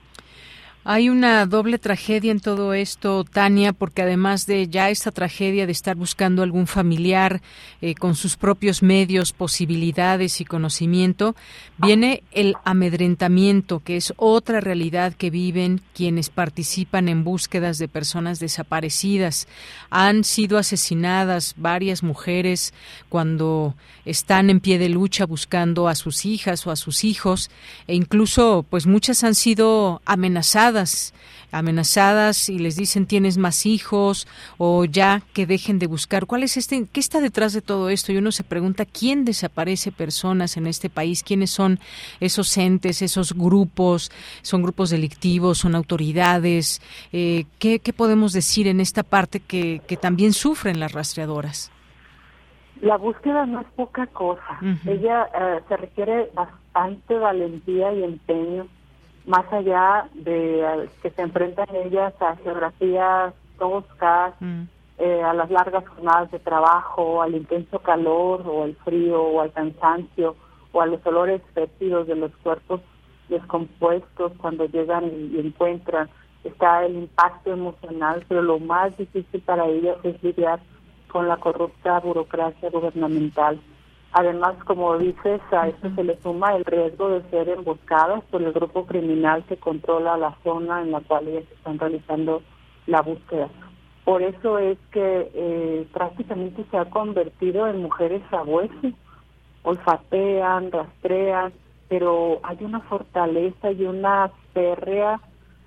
Hay una doble tragedia en todo esto, Tania, porque además de ya esta tragedia de estar buscando algún familiar con sus propios medios, posibilidades y conocimiento, viene el amedrentamiento, que es otra realidad que viven quienes participan en búsquedas de personas desaparecidas. Han sido asesinadas varias mujeres cuando están en pie de lucha buscando a sus hijas o a sus hijos, e incluso pues muchas han sido amenazadas amenazadas y les dicen tienes más hijos o ya que dejen de buscar. ¿Qué está detrás de todo esto? Y uno se pregunta quién desaparece personas en este país, quiénes son esos entes, esos grupos, son grupos delictivos, son autoridades. ¿Qué podemos decir en esta parte que también sufren las rastreadoras? La búsqueda no es poca cosa. Ella se requiere bastante valentía y empeño, más allá de que se enfrentan ellas a geografías toscas, a las largas jornadas de trabajo, al intenso calor o al frío o al cansancio o a los olores fétidos de los cuerpos descompuestos cuando llegan y encuentran. Está el impacto emocional, pero lo más difícil para ellas es lidiar con la corrupta burocracia gubernamental. Además, como dices, a esto se le suma el riesgo de ser emboscadas por el grupo criminal que controla la zona en la cual ellas están realizando la búsqueda. Por eso es que prácticamente se ha convertido en mujeres sabuesos, olfatean, rastrean, pero hay una fortaleza y una férrea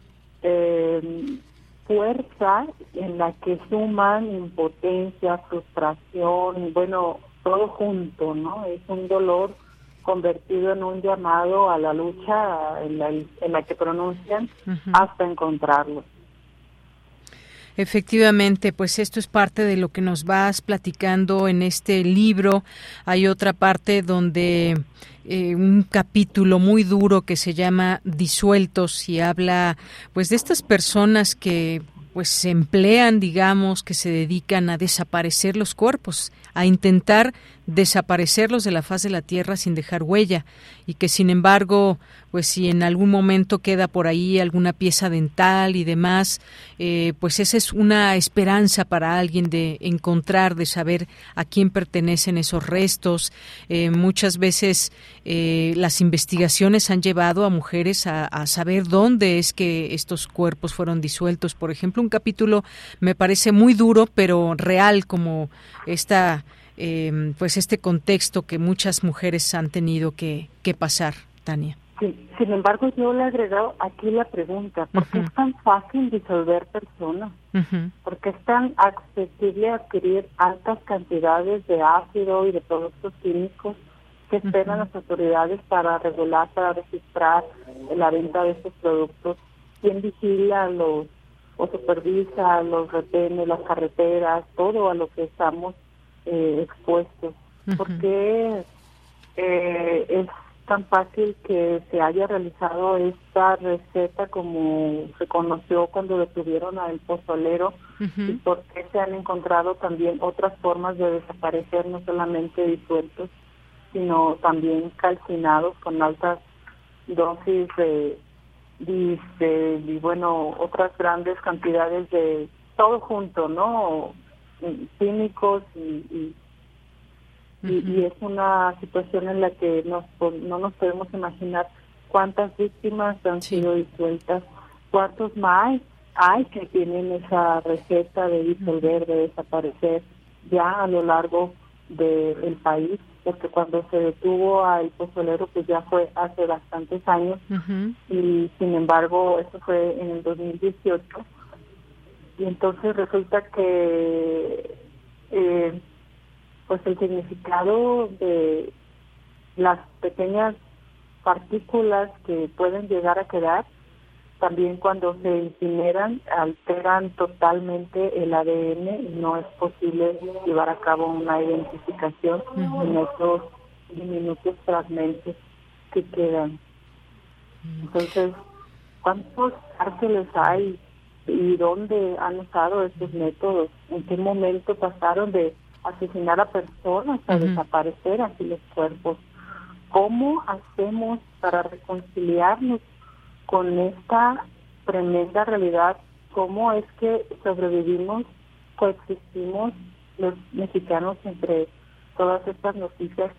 fuerza en la que suman impotencia, frustración, bueno, todo junto, ¿no? Es un dolor convertido en un llamado a la lucha en la que pronuncian hasta encontrarlo. Efectivamente, pues esto es parte de lo que nos vas platicando en este libro. Hay otra parte donde un capítulo muy duro que se llama Disueltos y habla pues de estas personas que pues se emplean, digamos, que se dedican a desaparecer los cuerpos, a intentar desaparecerlos de la faz de la tierra sin dejar huella, y que sin embargo, pues si en algún momento queda por ahí alguna pieza dental y demás, pues esa es una esperanza para alguien de encontrar, de saber a quién pertenecen esos restos. Muchas veces las investigaciones han llevado a mujeres a saber dónde es que estos cuerpos fueron disueltos. Por ejemplo, un capítulo me parece muy duro, pero real, como pues este contexto que muchas mujeres han tenido que pasar, Tania. Sí, sin embargo, yo le he agregado aquí la pregunta, ¿por qué es tan fácil disolver personas? ¿Por qué es tan accesible adquirir altas cantidades de ácido y de productos químicos que esperan las autoridades para regular, para registrar la venta de estos productos? ¿Quién vigila o supervisa los retenes, las carreteras, todo a lo que estamos expuestos? ¿Por qué es tan fácil que se haya realizado esta receta como se conoció cuando detuvieron a El Pozolero? ¿Y por qué se han encontrado también otras formas de desaparecer, no solamente disueltos, sino también calcinados con altas dosis y bueno, otras grandes cantidades de todo junto, ¿no? Químicos y es una situación en la que no nos podemos imaginar cuántas víctimas han sido disueltas, cuántos más hay que tienen esa receta de disolver, de desaparecer ya a lo largo del país, porque cuando se detuvo a El Pozolero pues ya fue hace bastantes años y sin embargo eso fue en el 2018 y entonces resulta que pues el significado de las pequeñas partículas que pueden llegar a quedar, también cuando se incineran, alteran totalmente el ADN y no es posible llevar a cabo una identificación en esos diminutos fragmentos que quedan. Entonces, ¿cuántos cárceles hay y dónde han usado estos métodos? ¿En qué momento pasaron de asesinar a personas a desaparecer así los cuerpos? ¿Cómo hacemos para reconciliarnos con esta tremenda realidad? ¿Cómo es que sobrevivimos, coexistimos los mexicanos entre todas estas noticias?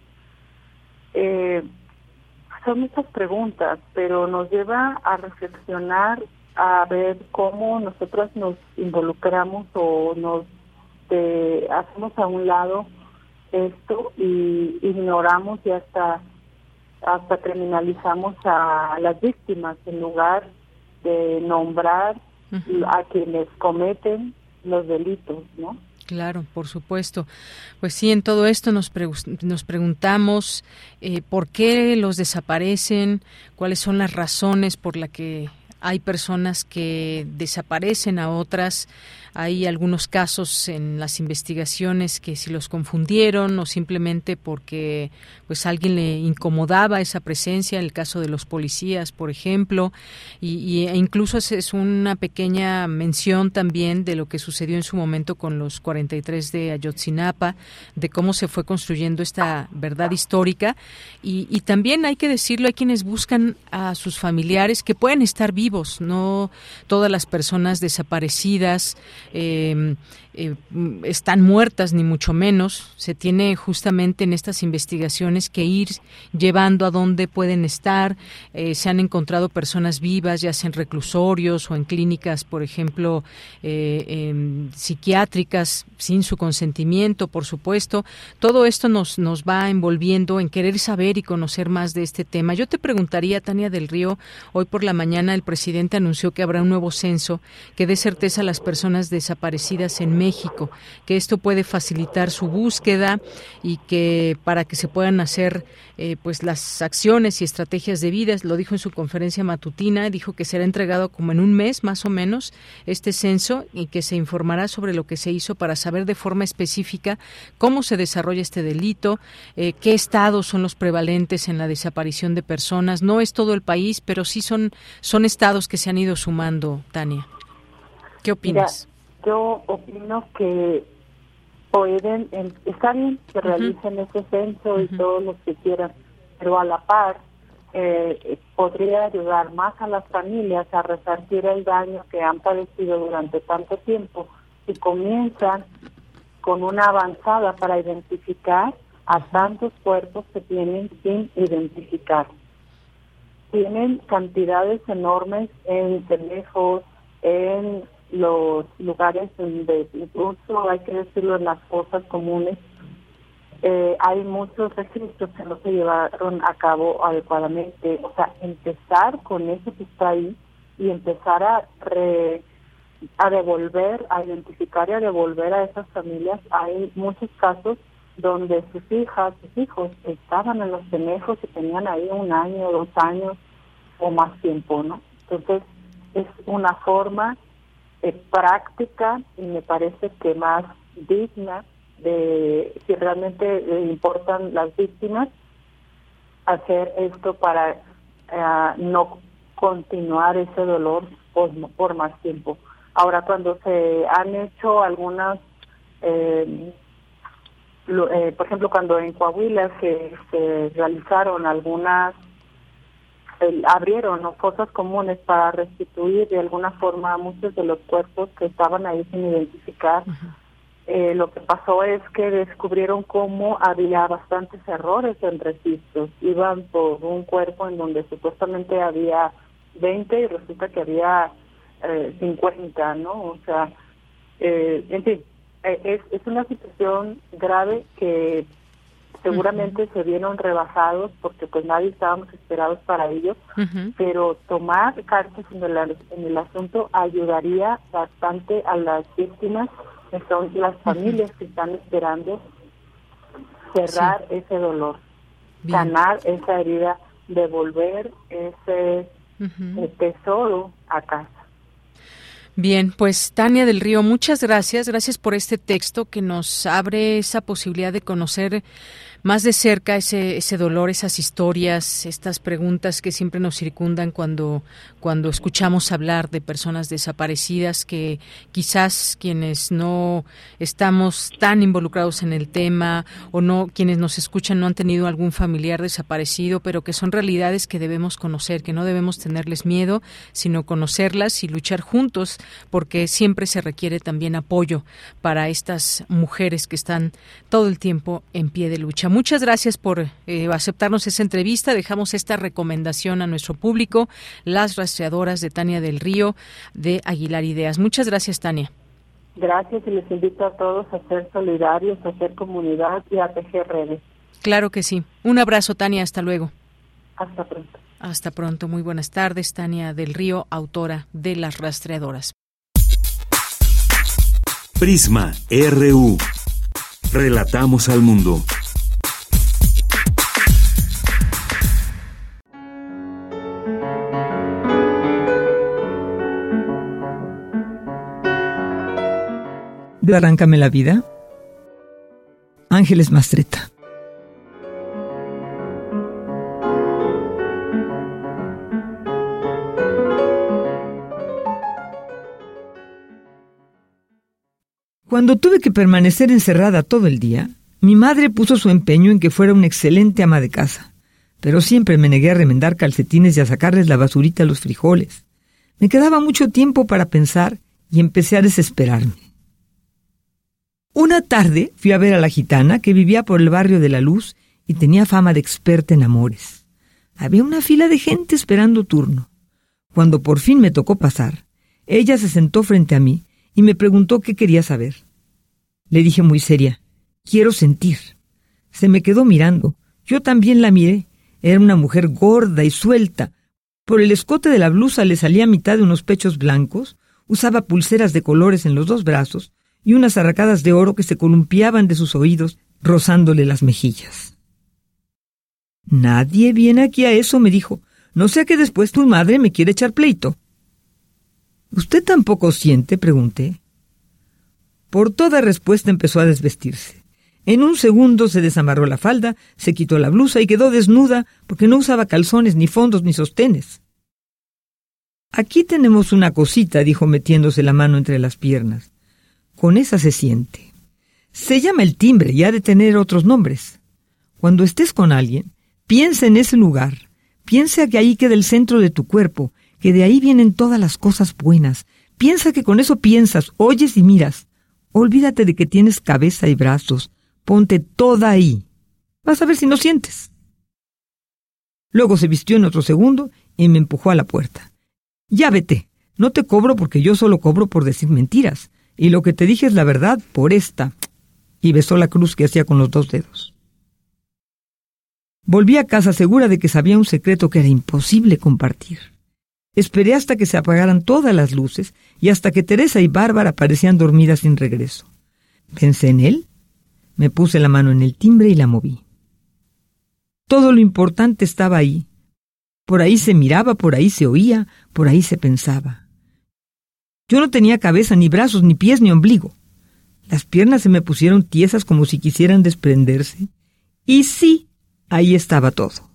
Son muchas preguntas, pero nos lleva a reflexionar, a ver cómo nosotros nos involucramos o nos hacemos a un lado esto y ignoramos y hasta criminalizamos a las víctimas en lugar nombrar a quienes cometen los delitos, ¿no? Claro, por supuesto. Pues sí, en todo esto nos preguntamos por qué los desaparecen, cuáles son las razones por las que hay personas que desaparecen a otras. Hay algunos casos en las investigaciones que si los confundieron o simplemente porque pues alguien le incomodaba esa presencia, el caso de los policías, por ejemplo, e incluso es una pequeña mención también de lo que sucedió en su momento con los 43 de Ayotzinapa, de cómo se fue construyendo esta verdad histórica y también hay que decirlo, hay quienes buscan a sus familiares que pueden estar vivos, no todas las personas desaparecidas están muertas, ni mucho menos. Se tiene justamente en estas investigaciones que ir llevando a dónde pueden estar. Se han encontrado personas vivas, ya sea en reclusorios o en clínicas, por ejemplo, psiquiátricas, sin su consentimiento, por supuesto. Todo esto nos va envolviendo en querer saber y conocer más de este tema. Yo te preguntaría, Tania del Río, hoy por la mañana el presidente anunció que habrá un nuevo censo que dé certeza a las personas desaparecidas en México, que esto puede facilitar su búsqueda y que para que se puedan hacer pues las acciones y estrategias debidas. Lo dijo en su conferencia matutina, dijo que será entregado como en un mes más o menos este censo y que se informará sobre lo que se hizo para saber de forma específica cómo se desarrolla este delito, qué estados son los prevalentes en la desaparición de personas. No es todo el país, pero sí son estados que se han ido sumando, Tania. ¿Qué opinas? Mira, yo opino que está bien que realicen ese censo y todos los que quieran, pero a la par podría ayudar más a las familias a resarcir el daño que han padecido durante tanto tiempo si comienzan con una avanzada para identificar a tantos cuerpos que tienen sin identificar. Tienen cantidades enormes en Cenejos, en los lugares donde incluso hay que decirlo en las fosas comunes, hay muchos registros que no se llevaron a cabo adecuadamente. O sea, empezar con eso que está ahí y empezar a devolver, a identificar y a devolver a esas familias. Hay muchos casos donde sus hijos estaban en los Cenejos y tenían ahí 1 año, 2 años o más tiempo, ¿no? Entonces es una forma práctica y me parece que más digna de, si realmente le importan las víctimas, hacer esto para no continuar ese dolor por más tiempo. Ahora, cuando se han hecho algunas, por ejemplo, cuando en Coahuila se realizaron algunas, abrieron fosas comunes para restituir de alguna forma muchos de los cuerpos que estaban ahí sin identificar. Lo que pasó es que descubrieron cómo había bastantes errores en registros. Iban por un cuerpo en donde supuestamente había 20 y resulta que había 50, ¿no? O sea, en fin, es una situación grave que seguramente se vieron rebasados porque pues nadie estábamos esperados para ello, pero tomar cartas en el asunto ayudaría bastante a las víctimas, que son las familias que están esperando cerrar ese dolor, sanar esa herida, devolver ese tesoro a casa. Bien, pues Tania del Río, muchas gracias. Gracias por este texto que nos abre esa posibilidad de conocer más de cerca ese dolor, esas historias, estas preguntas que siempre nos circundan cuando escuchamos hablar de personas desaparecidas, que quizás quienes no estamos tan involucrados en el tema o no, quienes nos escuchan no han tenido algún familiar desaparecido, pero que son realidades que debemos conocer, que no debemos tenerles miedo, sino conocerlas y luchar juntos, porque siempre se requiere también apoyo para estas mujeres que están todo el tiempo en pie de lucha. Muchas gracias por aceptarnos esa entrevista. Dejamos esta recomendación a nuestro público, Las rastreadoras de Tania del Río, de Aguilar Ideas. Muchas gracias, Tania. Gracias, y les invito a todos a ser solidarios, a hacer comunidad y a tejer redes. Claro que sí. Un abrazo, Tania. Hasta luego. Hasta pronto. Hasta pronto, muy buenas tardes. Tania del Río, autora de Las Rastreadoras. Prisma RU. Relatamos al mundo. De Arráncame la vida, Ángeles Mastretta. Cuando tuve que permanecer encerrada todo el día, mi madre puso su empeño en que fuera una excelente ama de casa, pero siempre me negué a remendar calcetines y a sacarles la basurita a los frijoles. Me quedaba mucho tiempo para pensar y empecé a desesperarme. Una tarde fui a ver a la gitana que vivía por el barrio de La Luz y tenía fama de experta en amores. Había una fila de gente esperando turno. Cuando por fin me tocó pasar, ella se sentó frente a mí y me preguntó qué quería saber. Le dije muy seria, quiero sentir. Se me quedó mirando. Yo también la miré. Era una mujer gorda y suelta. Por el escote de la blusa le salía a mitad de unos pechos blancos, usaba pulseras de colores en los dos brazos y unas arracadas de oro que se columpiaban de sus oídos, rozándole las mejillas. Nadie viene aquí a eso, me dijo. No sea que después tu madre me quiere echar pleito. ¿Usted tampoco siente?, pregunté. Por toda respuesta empezó a desvestirse. En un segundo se desamarró la falda, se quitó la blusa y quedó desnuda porque no usaba calzones, ni fondos, ni sostenes. Aquí tenemos una cosita, dijo metiéndose la mano entre las piernas. Con esa se siente. Se llama el timbre y ha de tener otros nombres. Cuando estés con alguien, piensa en ese lugar. Piensa que ahí queda el centro de tu cuerpo, que de ahí vienen todas las cosas buenas. Piensa que con eso piensas, oyes y miras. Olvídate de que tienes cabeza y brazos. Ponte toda ahí. Vas a ver si no sientes. Luego se vistió en otro segundo y me empujó a la puerta. Ya vete. No te cobro porque yo solo cobro por decir mentiras. Y lo que te dije es la verdad por esta. Y besó la cruz que hacía con los 2 dedos. Volví a casa segura de que sabía un secreto que era imposible compartir. Esperé hasta que se apagaran todas las luces y hasta que Teresa y Bárbara parecían dormidas sin regreso. Pensé en él, me puse la mano en el timbre y la moví. Todo lo importante estaba ahí. Por ahí se miraba, por ahí se oía, por ahí se pensaba. Yo no tenía cabeza, ni brazos, ni pies, ni ombligo. Las piernas se me pusieron tiesas como si quisieran desprenderse. Y sí, ahí estaba todo.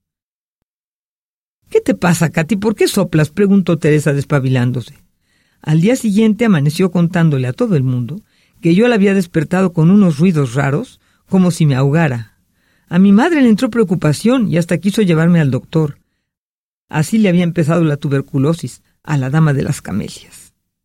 ¿Qué te pasa, Katy? ¿Por qué soplas?, preguntó Teresa despabilándose. Al día siguiente amaneció contándole a todo el mundo que yo la había despertado con unos ruidos raros, como si me ahogara. A mi madre le entró preocupación y hasta quiso llevarme al doctor. Así le había empezado la tuberculosis a la dama de las camelias.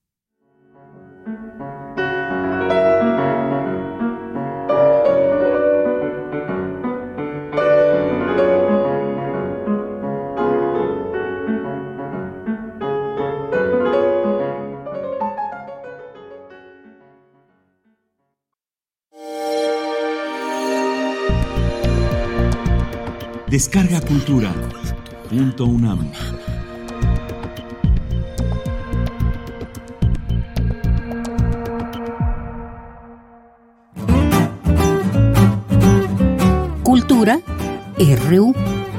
Descarga Cultura.unam. Cultura RU.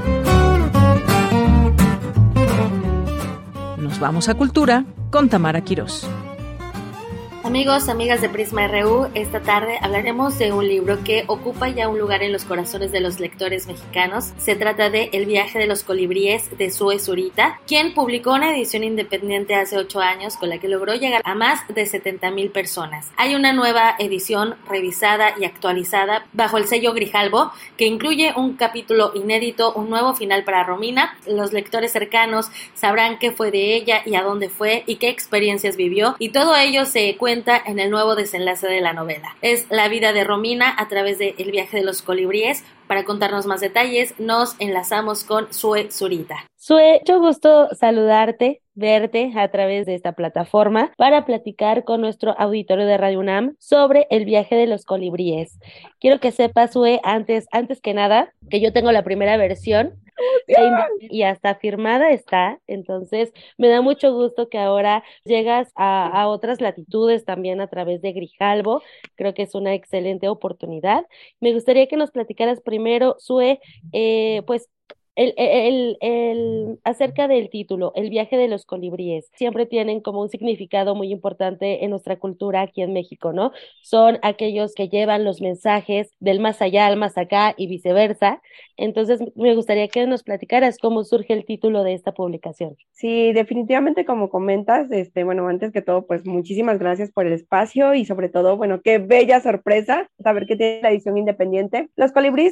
Nos vamos a Cultura con Tamara Quirós. Amigos, amigas de Prisma RU, esta tarde hablaremos de un libro que ocupa ya un lugar en los corazones de los lectores mexicanos. Se trata de El viaje de los colibríes de Sue Zurita, quien publicó una edición independiente hace 8 años con la que logró llegar a más de 70,000 personas. Hay una nueva edición revisada y actualizada bajo el sello Grijalbo que incluye un capítulo inédito, un nuevo final para Romina. Los lectores cercanos sabrán qué fue de ella y a dónde fue y qué experiencias vivió, y todo ello se cuenta en el nuevo desenlace de la novela. Es la vida de Romina a través de El viaje de los colibríes. Para contarnos más detalles, nos enlazamos con Sue Zurita. Sue, mucho gusto saludarte, verte a través de esta plataforma para platicar con nuestro auditorio de Radio UNAM sobre El viaje de los colibríes. Quiero que sepas, Sue, antes que nada, que yo tengo la primera versión Y hasta firmada está, entonces me da mucho gusto que ahora llegas a otras latitudes también a través de Grijalbo, creo que es una excelente oportunidad. Me gustaría que nos platicaras primero, Sue, pues acerca del título, El viaje de los colibríes, siempre tienen como un significado muy importante en nuestra cultura aquí en México, ¿no? Son aquellos que llevan los mensajes del más allá al más acá y viceversa. Entonces, me gustaría que nos platicaras cómo surge el título de esta publicación. Sí, definitivamente como comentas, bueno, antes que todo, pues muchísimas gracias por el espacio y sobre todo, bueno, qué bella sorpresa saber que tiene la edición independiente. Los colibríes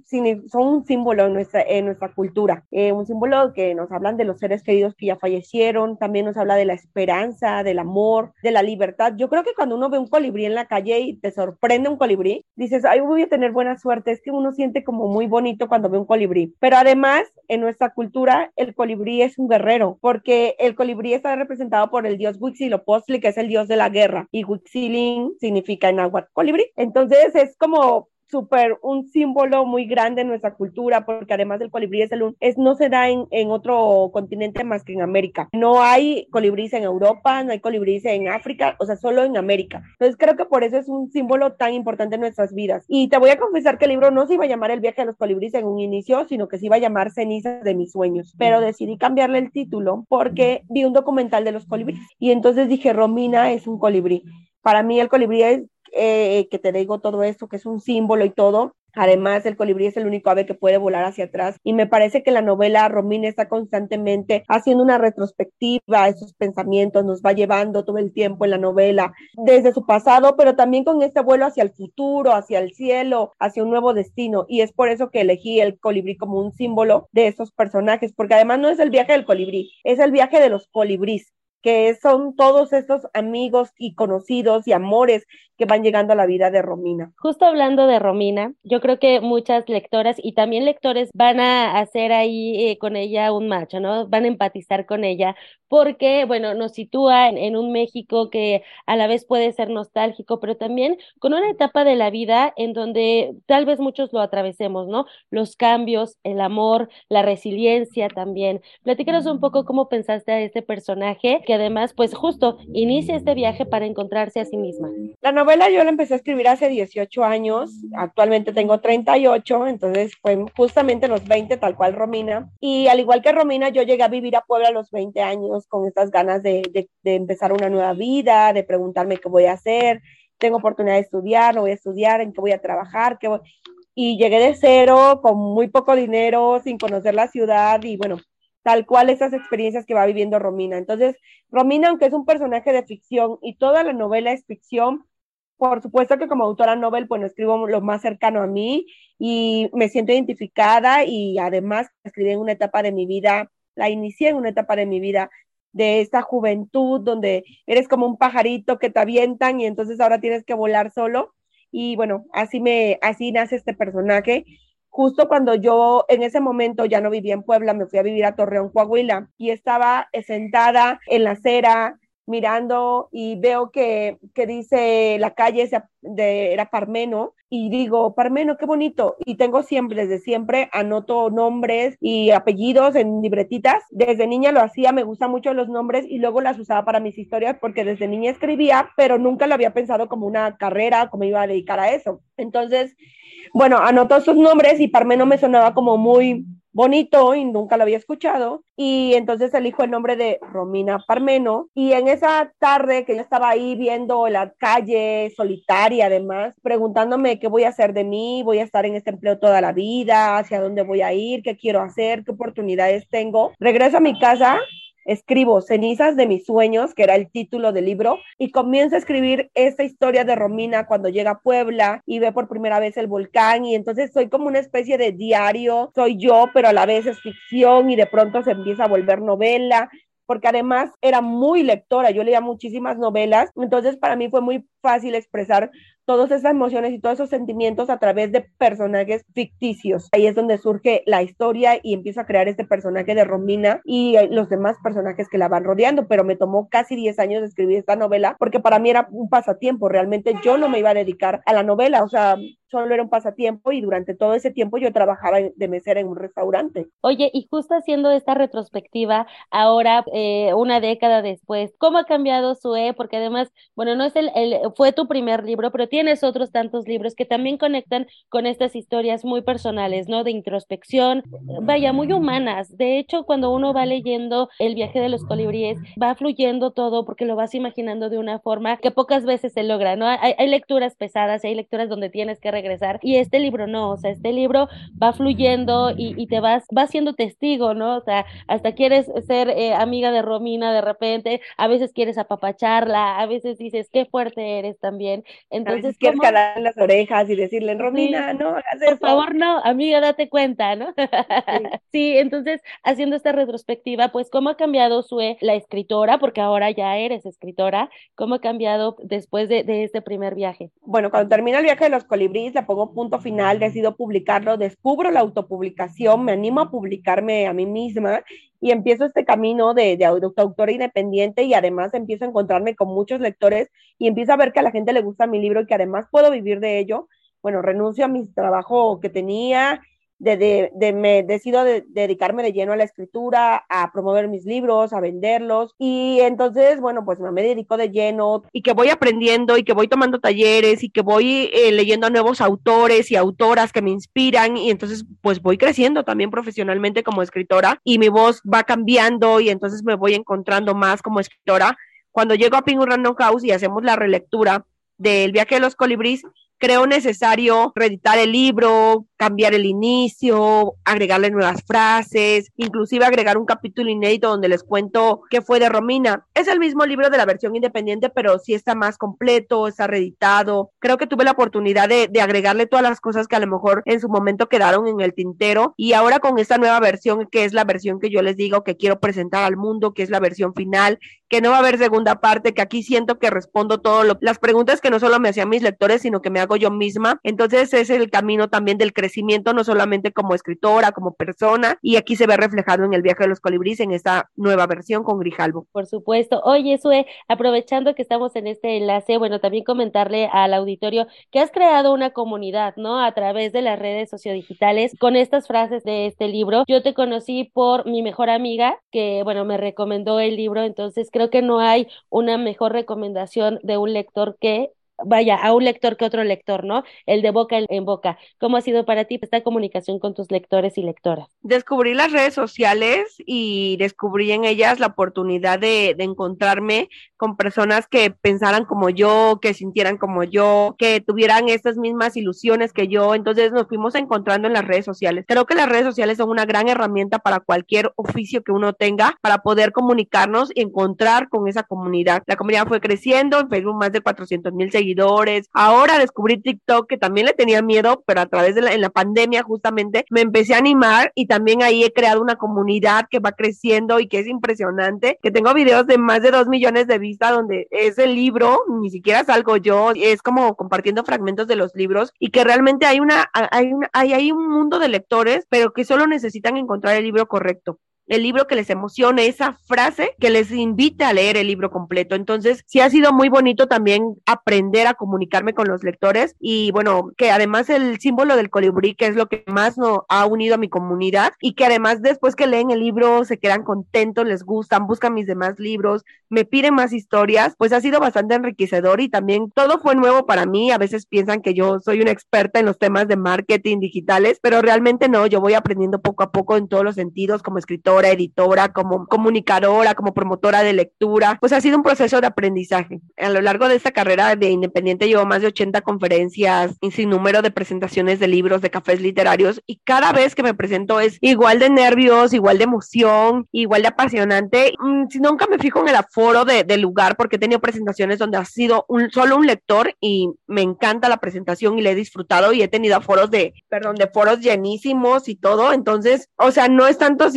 son un símbolo en nuestra cultura, un símbolo que nos hablan de los seres queridos que ya fallecieron, también nos habla de la esperanza, del amor, de la libertad. Yo creo que cuando uno ve un colibrí en la calle y te sorprende un colibrí, dices, ay, voy a tener buena suerte. Es que uno siente como muy bonito cuando ve un colibrí. Pero además, en nuestra cultura, el colibrí es un guerrero, porque el colibrí está representado por el dios Huitzilopochtli, que es el dios de la guerra, y Huitzilin significa en náhuatl colibrí. Entonces es como súper un símbolo muy grande en nuestra cultura, porque además el colibrí no se da en otro continente más que en América. No hay colibríes en Europa, no hay colibríes en África, o sea, solo en América. Entonces creo que por eso es un símbolo tan importante en nuestras vidas. Y te voy a confesar que el libro no se iba a llamar El viaje de los colibríes en un inicio, sino que se iba a llamar Cenizas de mis sueños. Pero decidí cambiarle el título porque vi un documental de los colibríes. Y entonces dije, Romina es un colibrí. Para mí el colibrí es que te digo todo esto, que es un símbolo y todo. Además, el colibrí es el único ave que puede volar hacia atrás y me parece que la novela Romina está constantemente haciendo una retrospectiva a esos pensamientos, nos va llevando todo el tiempo en la novela desde su pasado, pero también con este vuelo hacia el futuro, hacia el cielo, hacia un nuevo destino, y es por eso que elegí el colibrí como un símbolo de esos personajes, porque además no es el viaje del colibrí, es el viaje de los colibríes, que son todos estos amigos y conocidos y amores que van llegando a la vida de Romina. Justo hablando de Romina, yo creo que muchas lectoras y también lectores van a hacer ahí con ella un match, ¿no? Van a empatizar con ella porque, bueno, nos sitúa en un México que a la vez puede ser nostálgico, pero también con una etapa de la vida en donde tal vez muchos lo atravesemos, ¿no? Los cambios, el amor, la resiliencia también. Platícanos un poco cómo pensaste a este personaje que además, pues justo inicia este viaje para encontrarse a sí misma. La novela yo la empecé a escribir hace 18 años, actualmente tengo 38, entonces fue justamente los 20, tal cual Romina. Y al igual que Romina, yo llegué a vivir a Puebla a los 20 años con estas ganas de empezar una nueva vida, de preguntarme qué voy a hacer, tengo oportunidad de estudiar, no voy a estudiar, en qué voy a trabajar, y llegué de cero, con muy poco dinero, sin conocer la ciudad, y bueno, tal cual esas experiencias que va viviendo Romina. Entonces, Romina, aunque es un personaje de ficción y toda la novela es ficción, por supuesto que como autora novel, pues escribo lo más cercano a mí y me siento identificada y además escribí en una etapa de mi vida, la inicié en una etapa de mi vida de esta juventud donde eres como un pajarito que te avientan y entonces ahora tienes que volar solo y bueno, así nace este personaje. Justo cuando yo en ese momento ya no vivía en Puebla, me fui a vivir a Torreón, Coahuila y estaba sentada en la acera mirando y veo que dice la calle era Parmeno y digo, Parmeno, qué bonito. Y tengo siempre, desde siempre, anoto nombres y apellidos en libretitas. Desde niña lo hacía, me gustan mucho los nombres y luego las usaba para mis historias porque desde niña escribía, pero nunca lo había pensado como una carrera, como iba a dedicar a eso. Entonces, bueno, anoto esos nombres y Parmeno me sonaba como muy bonito y nunca lo había escuchado y entonces elijo el nombre de Romina Parmeno y en esa tarde que yo estaba ahí viendo la calle solitaria además, preguntándome qué voy a hacer de mí, voy a estar en este empleo toda la vida, hacia dónde voy a ir, qué quiero hacer, qué oportunidades tengo, regreso a mi casa, escribo Cenizas de mis sueños, que era el título del libro, y comienzo a escribir esta historia de Romina cuando llega a Puebla y ve por primera vez el volcán, y entonces soy como una especie de diario, soy yo, pero a la vez es ficción, y de pronto se empieza a volver novela, porque además era muy lectora, yo leía muchísimas novelas, entonces para mí fue muy fácil expresar todas esas emociones y todos esos sentimientos a través de personajes ficticios. Ahí es donde surge la historia y empiezo a crear este personaje de Romina y los demás personajes que la van rodeando, pero me tomó casi 10 años de escribir esta novela porque para mí era un pasatiempo, realmente yo no me iba a dedicar a la novela, o sea, solo era un pasatiempo y durante todo ese tiempo yo trabajaba de mesera en un restaurante. Oye, y justo haciendo esta retrospectiva, ahora una década después, ¿cómo ha cambiado Sue? Porque además, bueno, no es fue tu primer libro, pero tienes otros tantos libros que también conectan con estas historias muy personales, ¿no? De introspección, vaya, muy humanas. De hecho, cuando uno va leyendo El viaje de los colibríes, va fluyendo todo porque lo vas imaginando de una forma que pocas veces se logra, ¿no? Hay lecturas pesadas y hay lecturas donde tienes que regresar, y este libro no, o sea, este libro va fluyendo y te vas siendo testigo, ¿no? O sea, hasta quieres ser amiga de Romina de repente, a veces quieres apapacharla, a veces dices, qué fuerte eres también. Entonces, a veces quieres calar las orejas y decirle, Romina, sí, no hagas eso. Por favor, no, amiga, date cuenta, ¿no? Sí, entonces, haciendo esta retrospectiva, pues, ¿cómo ha cambiado Sue, la escritora? Porque ahora ya eres escritora, ¿cómo ha cambiado después de este primer viaje? Bueno, cuando termina El viaje de los colibríes, le pongo punto final, decido publicarlo, descubro la autopublicación, me animo a publicarme a mí misma y empiezo este camino de autora independiente y además empiezo a encontrarme con muchos lectores y empiezo a ver que a la gente le gusta mi libro y que además puedo vivir de ello. Bueno, renuncio a mi trabajo que tenía, me decido dedicarme de lleno a la escritura, a promover mis libros, a venderlos, y entonces, bueno, pues me dedico de lleno y que voy aprendiendo y que voy tomando talleres y que voy leyendo a nuevos autores y autoras que me inspiran, y entonces pues voy creciendo también profesionalmente como escritora y mi voz va cambiando y entonces me voy encontrando más como escritora. Cuando llego a Penguin Random House y hacemos la relectura del viaje de los colibríes, creo necesario reeditar el libro, cambiar el inicio, agregarle nuevas frases, inclusive agregar un capítulo inédito donde les cuento qué fue de Romina. Es el mismo libro de la versión independiente, pero sí está más completo, está reeditado. Creo que tuve la oportunidad de agregarle todas las cosas que a lo mejor en su momento quedaron en el tintero, y ahora con esta nueva versión, que es la versión que yo les digo que quiero presentar al mundo, que es la versión final, que no va a haber segunda parte, que aquí siento que respondo todas las preguntas que no solo me hacían mis lectores, sino que me hago yo misma. Entonces es el camino también del crecimiento, no solamente como escritora, como persona, y aquí se ve reflejado en El viaje de los colibríes, en esta nueva versión con Grijalbo. Por supuesto. Oye, Sue, aprovechando que estamos en este enlace, bueno, también comentarle al auditorio que has creado una comunidad, ¿no? A través de las redes sociodigitales con estas frases de este libro. Yo te conocí por mi mejor amiga, que, bueno, me recomendó el libro, entonces creo que no hay una mejor recomendación de un lector que a un lector que otro lector, ¿no? El de boca en boca. ¿Cómo ha sido para ti esta comunicación con tus lectores y lectoras? Descubrí las redes sociales y descubrí en ellas la oportunidad de encontrarme con personas que pensaran como yo, que sintieran como yo, que tuvieran estas mismas ilusiones que yo. Entonces nos fuimos encontrando en las redes sociales. Creo que las redes sociales son una gran herramienta para cualquier oficio que uno tenga, para poder comunicarnos y encontrar con esa comunidad. La comunidad fue creciendo, en Facebook más de 400,000 seguidores. Ahora descubrí TikTok, que también le tenía miedo, pero a través de en la pandemia justamente me empecé a animar, y también ahí he creado una comunidad que va creciendo y que es impresionante, que tengo videos de más de 2 millones de vistas donde es el libro, ni siquiera salgo yo, es como compartiendo fragmentos de los libros, y que realmente hay un mundo de lectores, pero que solo necesitan encontrar el libro correcto. El libro que les emocione, esa frase que les invita a leer el libro completo. Entonces, sí ha sido muy bonito también aprender a comunicarme con los lectores, y bueno, que además el símbolo del colibrí, que es lo que más nos ha unido a mi comunidad, y que además después que leen el libro se quedan contentos, les gustan, buscan mis demás libros, me piden más historias, pues ha sido bastante enriquecedor, y también todo fue nuevo para mí. A veces piensan que yo soy una experta en los temas de marketing digitales, pero realmente no, yo voy aprendiendo poco a poco en todos los sentidos, como escritora, editora, como comunicadora, como promotora de lectura. Pues ha sido un proceso de aprendizaje. A lo largo de esta carrera de independiente llevo más de 80 conferencias y sin número de presentaciones de libros, de cafés literarios, y cada vez que me presento es igual de nervios, igual de emoción, igual de apasionante. Nunca me fijo en el aforo del lugar, porque he tenido presentaciones donde ha sido solo un lector y me encanta la presentación y la he disfrutado, y he tenido foros de foros llenísimos y todo. Entonces, o sea, no es tanto si va mucha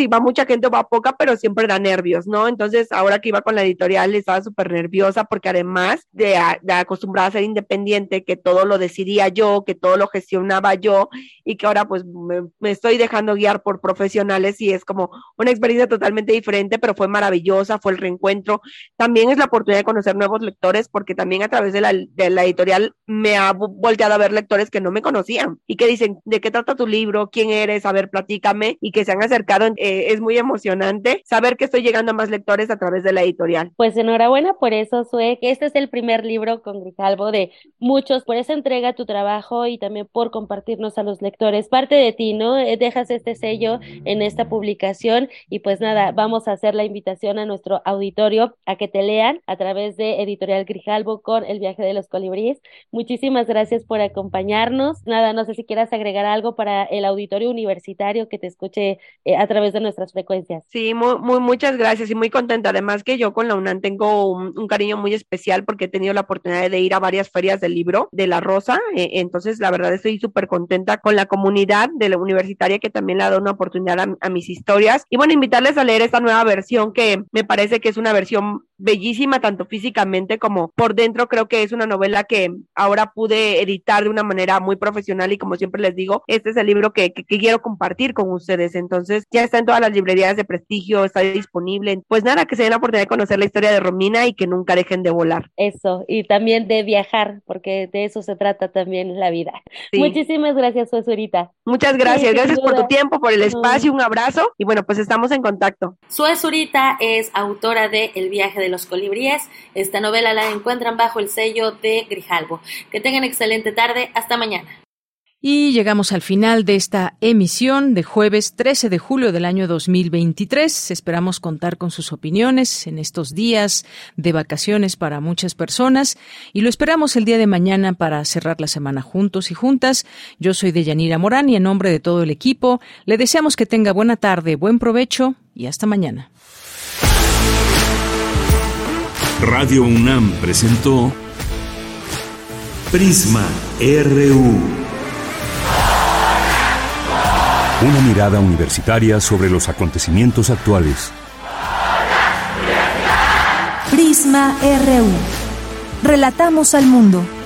gente va poca, pero siempre da nervios, ¿no? Entonces, ahora que iba con la editorial, estaba súper nerviosa porque además de acostumbrada a ser independiente, que todo lo decidía yo, que todo lo gestionaba yo, y que ahora pues me estoy dejando guiar por profesionales, y es como una experiencia totalmente diferente, pero fue maravillosa, fue el reencuentro. También es la oportunidad de conocer nuevos lectores, porque también a través de la editorial me ha volteado a ver lectores que no me conocían y que dicen, ¿de qué trata tu libro? ¿Quién eres? A ver, platícame, y que se han acercado. Es muy emocionante saber que estoy llegando a más lectores a través de la editorial. Pues enhorabuena por eso, Sue, que este es el primer libro con Grijalbo de muchos, por esa entrega a tu trabajo y también por compartirnos a los lectores parte de ti, ¿no? Dejas este sello en esta publicación, y pues nada, vamos a hacer la invitación a nuestro auditorio a que te lean a través de Editorial Grijalbo con El viaje de los colibríes. Muchísimas gracias por acompañarnos. Nada, no sé si quieras agregar algo para el auditorio universitario que te escuche a través de nuestras frecuencias. Sí, muchas gracias, y muy contenta. Además que yo con la UNAM tengo un cariño muy especial, porque he tenido la oportunidad de ir a varias ferias del libro de La Rosa, entonces la verdad estoy súper contenta con la comunidad de la universitaria, que también le ha dado una oportunidad a mis historias, y bueno, invitarles a leer esta nueva versión, que me parece que es una versión bellísima, tanto físicamente como por dentro. Creo que es una novela que ahora pude editar de una manera muy profesional, y como siempre les digo, este es el libro que quiero compartir con ustedes. Entonces ya está en todas las librerías de prestigio, está disponible. Pues nada, que se den la oportunidad de conocer la historia de Romina y que nunca dejen de volar. Eso, y también de viajar, porque de eso se trata también la vida. Sí. Muchísimas gracias, Suezurita. Muchas gracias, gracias por tu tiempo, por el espacio, un abrazo, y bueno, pues estamos en contacto. Suezurita es autora de El viaje de los colibríes. Esta novela la encuentran bajo el sello de Grijalbo. Que tengan excelente tarde, hasta mañana. Y llegamos al final de esta emisión de jueves 13 de julio del año 2023. Esperamos contar con sus opiniones en estos días de vacaciones para muchas personas, y lo esperamos el día de mañana para cerrar la semana juntos y juntas. Yo soy Deyanira Morán, y en nombre de todo el equipo le deseamos que tenga buena tarde, buen provecho y hasta mañana. Radio UNAM presentó Prisma RU. Una mirada universitaria sobre los acontecimientos actuales. Prisma RU. Relatamos al mundo.